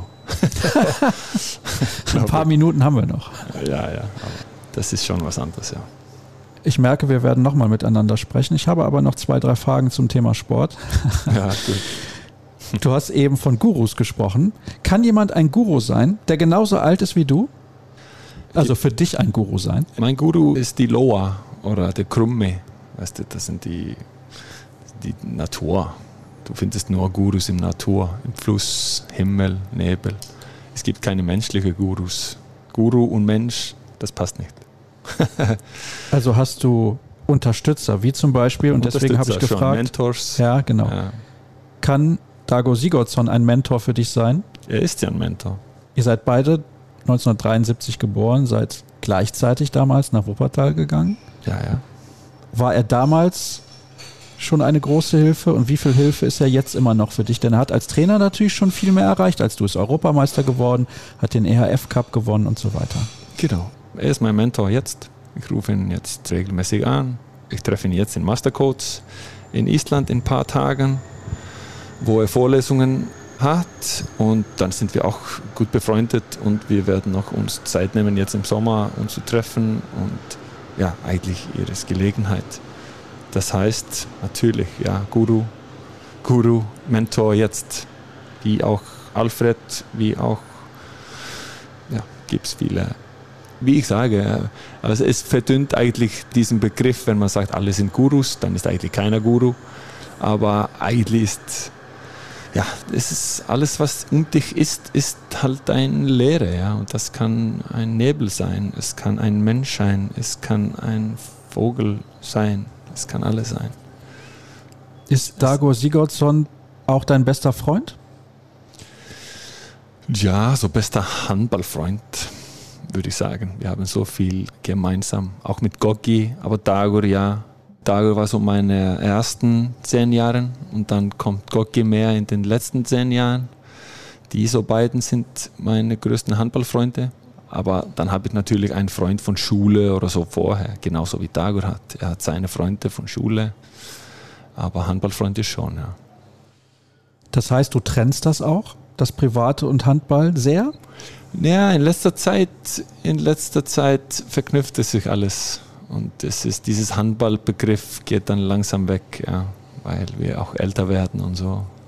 Ein paar Minuten haben wir noch. Ja, ja, aber das ist schon was anderes, ja. Ich merke, wir werden nochmal miteinander sprechen. Ich habe aber noch zwei, drei Fragen zum Thema Sport. Ja, gut. Du hast eben von Gurus gesprochen. Kann jemand ein Guru sein, der genauso alt ist wie du? Also für dich ein Guru sein? Mein Guru ist die Loa oder der Krumme. Weißt du, das sind die, die Natur. Du findest nur Gurus im Natur, im Fluss, Himmel, Nebel. Es gibt keine menschlichen Gurus. Guru und Mensch, das passt nicht. Also hast du Unterstützer, wie zum Beispiel, und deswegen habe ich gefragt. Schon, Mentors. Ja, genau. Ja. Kann Dago Sigurdsson ein Mentor für dich sein? Er ist ja ein Mentor. Ihr seid beide neunzehnhundertdreiundsiebzig geboren, seid gleichzeitig damals nach Wuppertal gegangen. Ja, ja. War er damals schon eine große Hilfe und wie viel Hilfe ist er jetzt immer noch für dich? Denn er hat als Trainer natürlich schon viel mehr erreicht, als du ist Europameister geworden, hat den E H F Cup gewonnen und so weiter. Genau. Er ist mein Mentor jetzt. Ich rufe ihn jetzt regelmäßig an. Ich treffe ihn jetzt in Mastercodes in Island in ein paar Tagen, wo er Vorlesungen hat. Und dann sind wir auch gut befreundet und wir werden noch uns Zeit nehmen, jetzt im Sommer uns zu treffen. Und ja, eigentlich ihre Gelegenheit. Das heißt natürlich, ja, Guru, Guru, Mentor jetzt, wie auch Alfred, wie auch, ja, gibt es viele. Wie ich sage, also es verdünnt eigentlich diesen Begriff, wenn man sagt, alle sind Gurus, dann ist eigentlich keiner Guru. Aber eigentlich ist, ja, es ist alles, was um dich ist, ist halt eine Lehre. Ja? Und das kann ein Nebel sein, es kann ein Mensch sein, es kann ein Vogel sein, es kann alles sein. Ist Dago Sigurdsson auch dein bester Freund? Ja, so bester Handballfreund, würde ich sagen. Wir haben so viel gemeinsam, auch mit Gogi, aber Dago, ja. Dago war so meine ersten zehn Jahre und dann kommt Gogi mehr in den letzten zehn Jahren. Diese beiden sind meine größten Handballfreunde. Aber dann habe ich natürlich einen Freund von Schule oder so vorher, genauso wie Dago hat. Er hat seine Freunde von Schule, aber Handballfreunde schon, ja. Das heißt, du trennst das auch, das Private und Handball, sehr? Ja, in letzter Zeit, in letzter Zeit verknüpft es sich alles. Und es ist, dieses Handballbegriff geht dann langsam weg, ja, weil wir auch älter werden und so.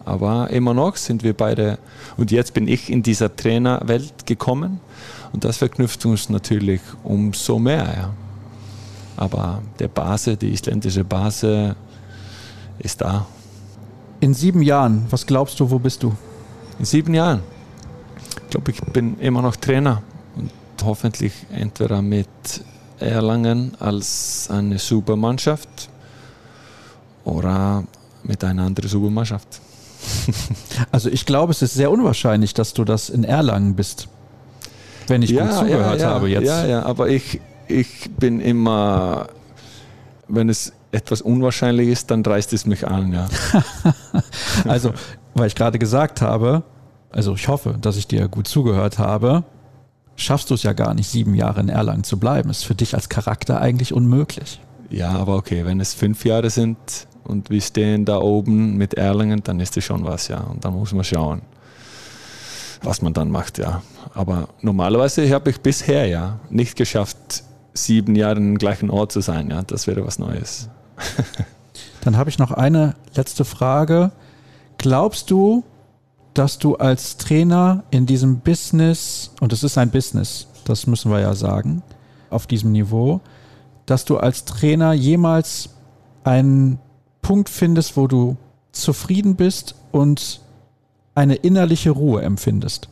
Aber immer noch sind wir beide, und jetzt bin ich in dieser Trainerwelt gekommen und das verknüpft uns natürlich umso mehr. Ja. Aber der Base, die isländische Base ist da. In sieben Jahren, was glaubst du, wo bist du? In sieben Jahren? Ich glaube, ich bin immer noch Trainer und hoffentlich entweder mit Erlangen als eine Supermannschaft oder mit einer anderen Supermannschaft. Also ich glaube, es ist sehr unwahrscheinlich, dass du das in Erlangen bist, wenn ich ja, gut zugehört ja, ja, habe jetzt. Ja, ja, aber ich, ich bin immer, wenn es etwas unwahrscheinlich ist, dann reißt es mich an, ja. Also, weil ich gerade gesagt habe, also ich hoffe, dass ich dir gut zugehört habe, schaffst du es ja gar nicht, sieben Jahre in Erlangen zu bleiben. Ist für dich als Charakter eigentlich unmöglich. Ja, aber okay, wenn es fünf Jahre sind und wir stehen da oben mit Erlangen, dann ist das schon was, ja. Und dann muss man schauen, was man dann macht, ja. Aber normalerweise habe ich bisher ja nicht geschafft, sieben Jahre im gleichen Ort zu sein, ja. Das wäre was Neues. Dann habe ich noch eine letzte Frage. Glaubst du, dass du als Trainer in diesem Business, und es ist ein Business, das müssen wir ja sagen, auf diesem Niveau, dass du als Trainer jemals einen Punkt findest, wo du zufrieden bist und eine innerliche Ruhe empfindest?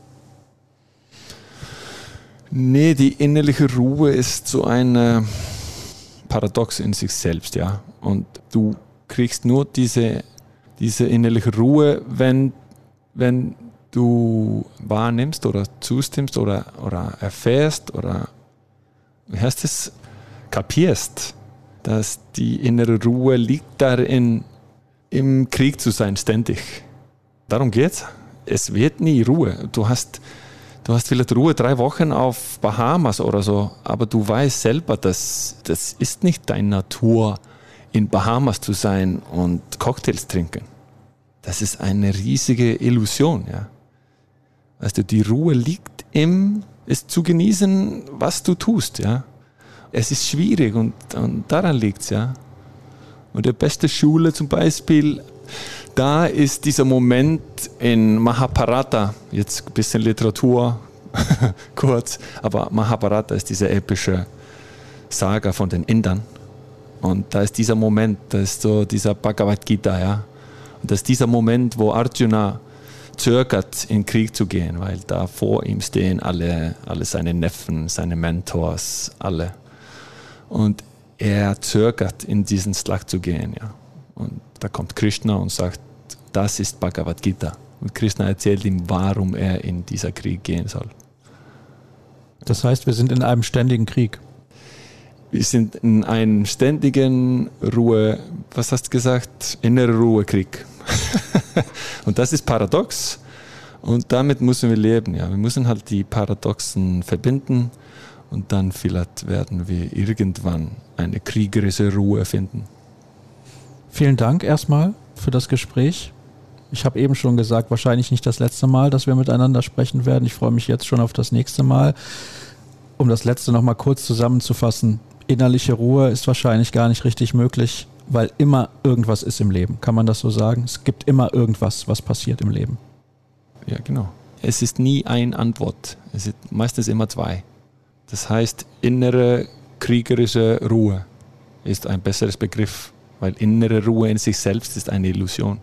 Nee, die innerliche Ruhe ist so ein Paradox in sich selbst, ja. Und du kriegst nur diese, diese innerliche Ruhe, wenn, wenn du wahrnimmst oder zustimmst oder, oder erfährst oder, wie heißt es, kapierst, dass die innere Ruhe liegt darin, im Krieg zu sein, ständig. Darum geht's. Es wird nie Ruhe. Du hast, du hast vielleicht Ruhe drei Wochen auf Bahamas oder so, aber du weißt selber, dass das ist nicht deine Natur, in Bahamas zu sein und Cocktails trinken. Das ist eine riesige Illusion, ja. Weißt du, die Ruhe liegt im, es zu genießen, was du tust, ja. Es ist schwierig und, und daran liegt es, ja. Und die beste Schule zum Beispiel, da ist dieser Moment in Mahabharata, jetzt ein bisschen Literatur, kurz, aber Mahabharata ist diese epische Saga von den Indern. Und da ist dieser Moment, da ist so dieser Bhagavad Gita, ja. Und das ist dieser Moment, wo Arjuna zögert, in den Krieg zu gehen, weil da vor ihm stehen alle, alle seine Neffen, seine Mentors, alle. Und er zögert, in diesen Schlacht zu gehen. Ja. Und da kommt Krishna und sagt, das ist Bhagavad Gita. Und Krishna erzählt ihm, warum er in dieser Krieg gehen soll. Das heißt, wir sind in einem ständigen Krieg. Wir sind in einem ständigen Ruhe, was hast du gesagt? Innere Ruhekrieg. Und das ist paradox. Und damit müssen wir leben. Ja. Wir müssen halt die Paradoxen verbinden. Und dann vielleicht werden wir irgendwann eine kriegerische Ruhe finden. Vielen Dank erstmal für das Gespräch. Ich habe eben schon gesagt, wahrscheinlich nicht das letzte Mal, dass wir miteinander sprechen werden. Ich freue mich jetzt schon auf das nächste Mal. Um das letzte nochmal kurz zusammenzufassen. Innerliche Ruhe ist wahrscheinlich gar nicht richtig möglich, weil immer irgendwas ist im Leben. Kann man das so sagen? Es gibt immer irgendwas, was passiert im Leben. Ja, genau. Es ist nie eine Antwort. Es sind meistens immer zwei. Das heißt, innere kriegerische Ruhe ist ein besseres Begriff, weil innere Ruhe in sich selbst ist eine Illusion.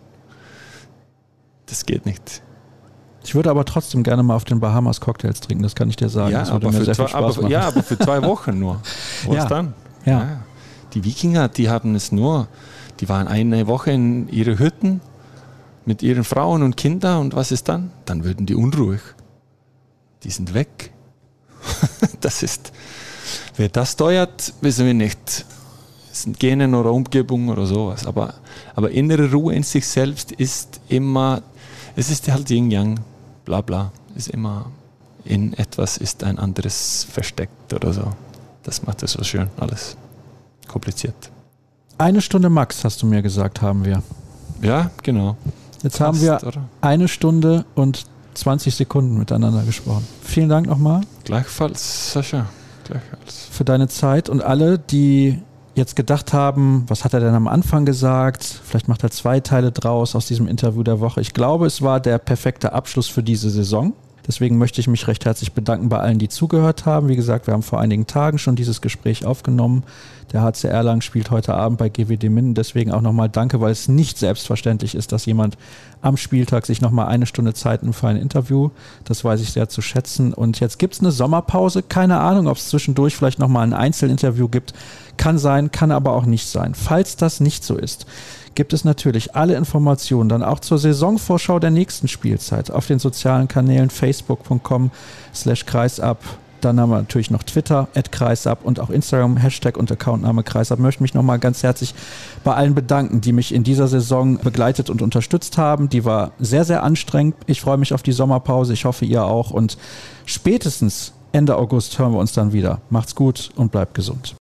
Das geht nicht. Ich würde aber trotzdem gerne mal auf den Bahamas Cocktails trinken, das kann ich dir sagen. Ja, das würde aber, mir für sehr zwei, viel Spaß aber, machen. ja aber für zwei Wochen nur. Was ja. dann? Ja. Ja. Die Wikinger, die haben es nur, die waren eine Woche in ihren Hütten mit ihren Frauen und Kindern und was ist dann? Dann würden die unruhig. Die sind weg. Das ist, wer das steuert, wissen wir nicht. Es sind Genen oder Umgebung oder sowas. Aber, aber innere Ruhe in sich selbst ist immer, es ist halt Yin-Yang, bla bla. Ist immer, in etwas ist ein anderes versteckt oder so. Das macht es so schön, alles kompliziert. Eine Stunde max, hast du mir gesagt, haben wir. Ja, genau. Jetzt Fast, haben wir oder? eine Stunde und zwanzig Sekunden miteinander gesprochen. Vielen Dank nochmal. Gleichfalls, Sascha. Gleichfalls. Für deine Zeit und alle, die jetzt gedacht haben, was hat er denn am Anfang gesagt? Vielleicht macht er zwei Teile draus aus diesem Interview der Woche. Ich glaube, es war der perfekte Abschluss für diese Saison. Deswegen möchte ich mich recht herzlich bedanken bei allen, die zugehört haben. Wie gesagt, wir haben vor einigen Tagen schon dieses Gespräch aufgenommen. Der H C Erlangen spielt heute Abend bei G W D Minden. Deswegen auch nochmal danke, weil es nicht selbstverständlich ist, dass jemand am Spieltag sich nochmal eine Stunde Zeit nimmt für ein Interview. Das weiß ich sehr zu schätzen. Und jetzt gibt es eine Sommerpause. Keine Ahnung, ob es zwischendurch vielleicht nochmal ein Einzelinterview gibt. Kann sein, kann aber auch nicht sein. Falls das nicht so ist, gibt es natürlich alle Informationen dann auch zur Saisonvorschau der nächsten Spielzeit auf den sozialen Kanälen facebook punkt com slash kreisab. Dann haben wir natürlich noch Twitter, at kreisab und auch Instagram, Hashtag und Accountname kreisab. Ich möchte mich nochmal ganz herzlich bei allen bedanken, die mich in dieser Saison begleitet und unterstützt haben. Die war sehr, sehr anstrengend. Ich freue mich auf die Sommerpause. Ich hoffe, ihr auch. Und spätestens Ende August hören wir uns dann wieder. Macht's gut und bleibt gesund.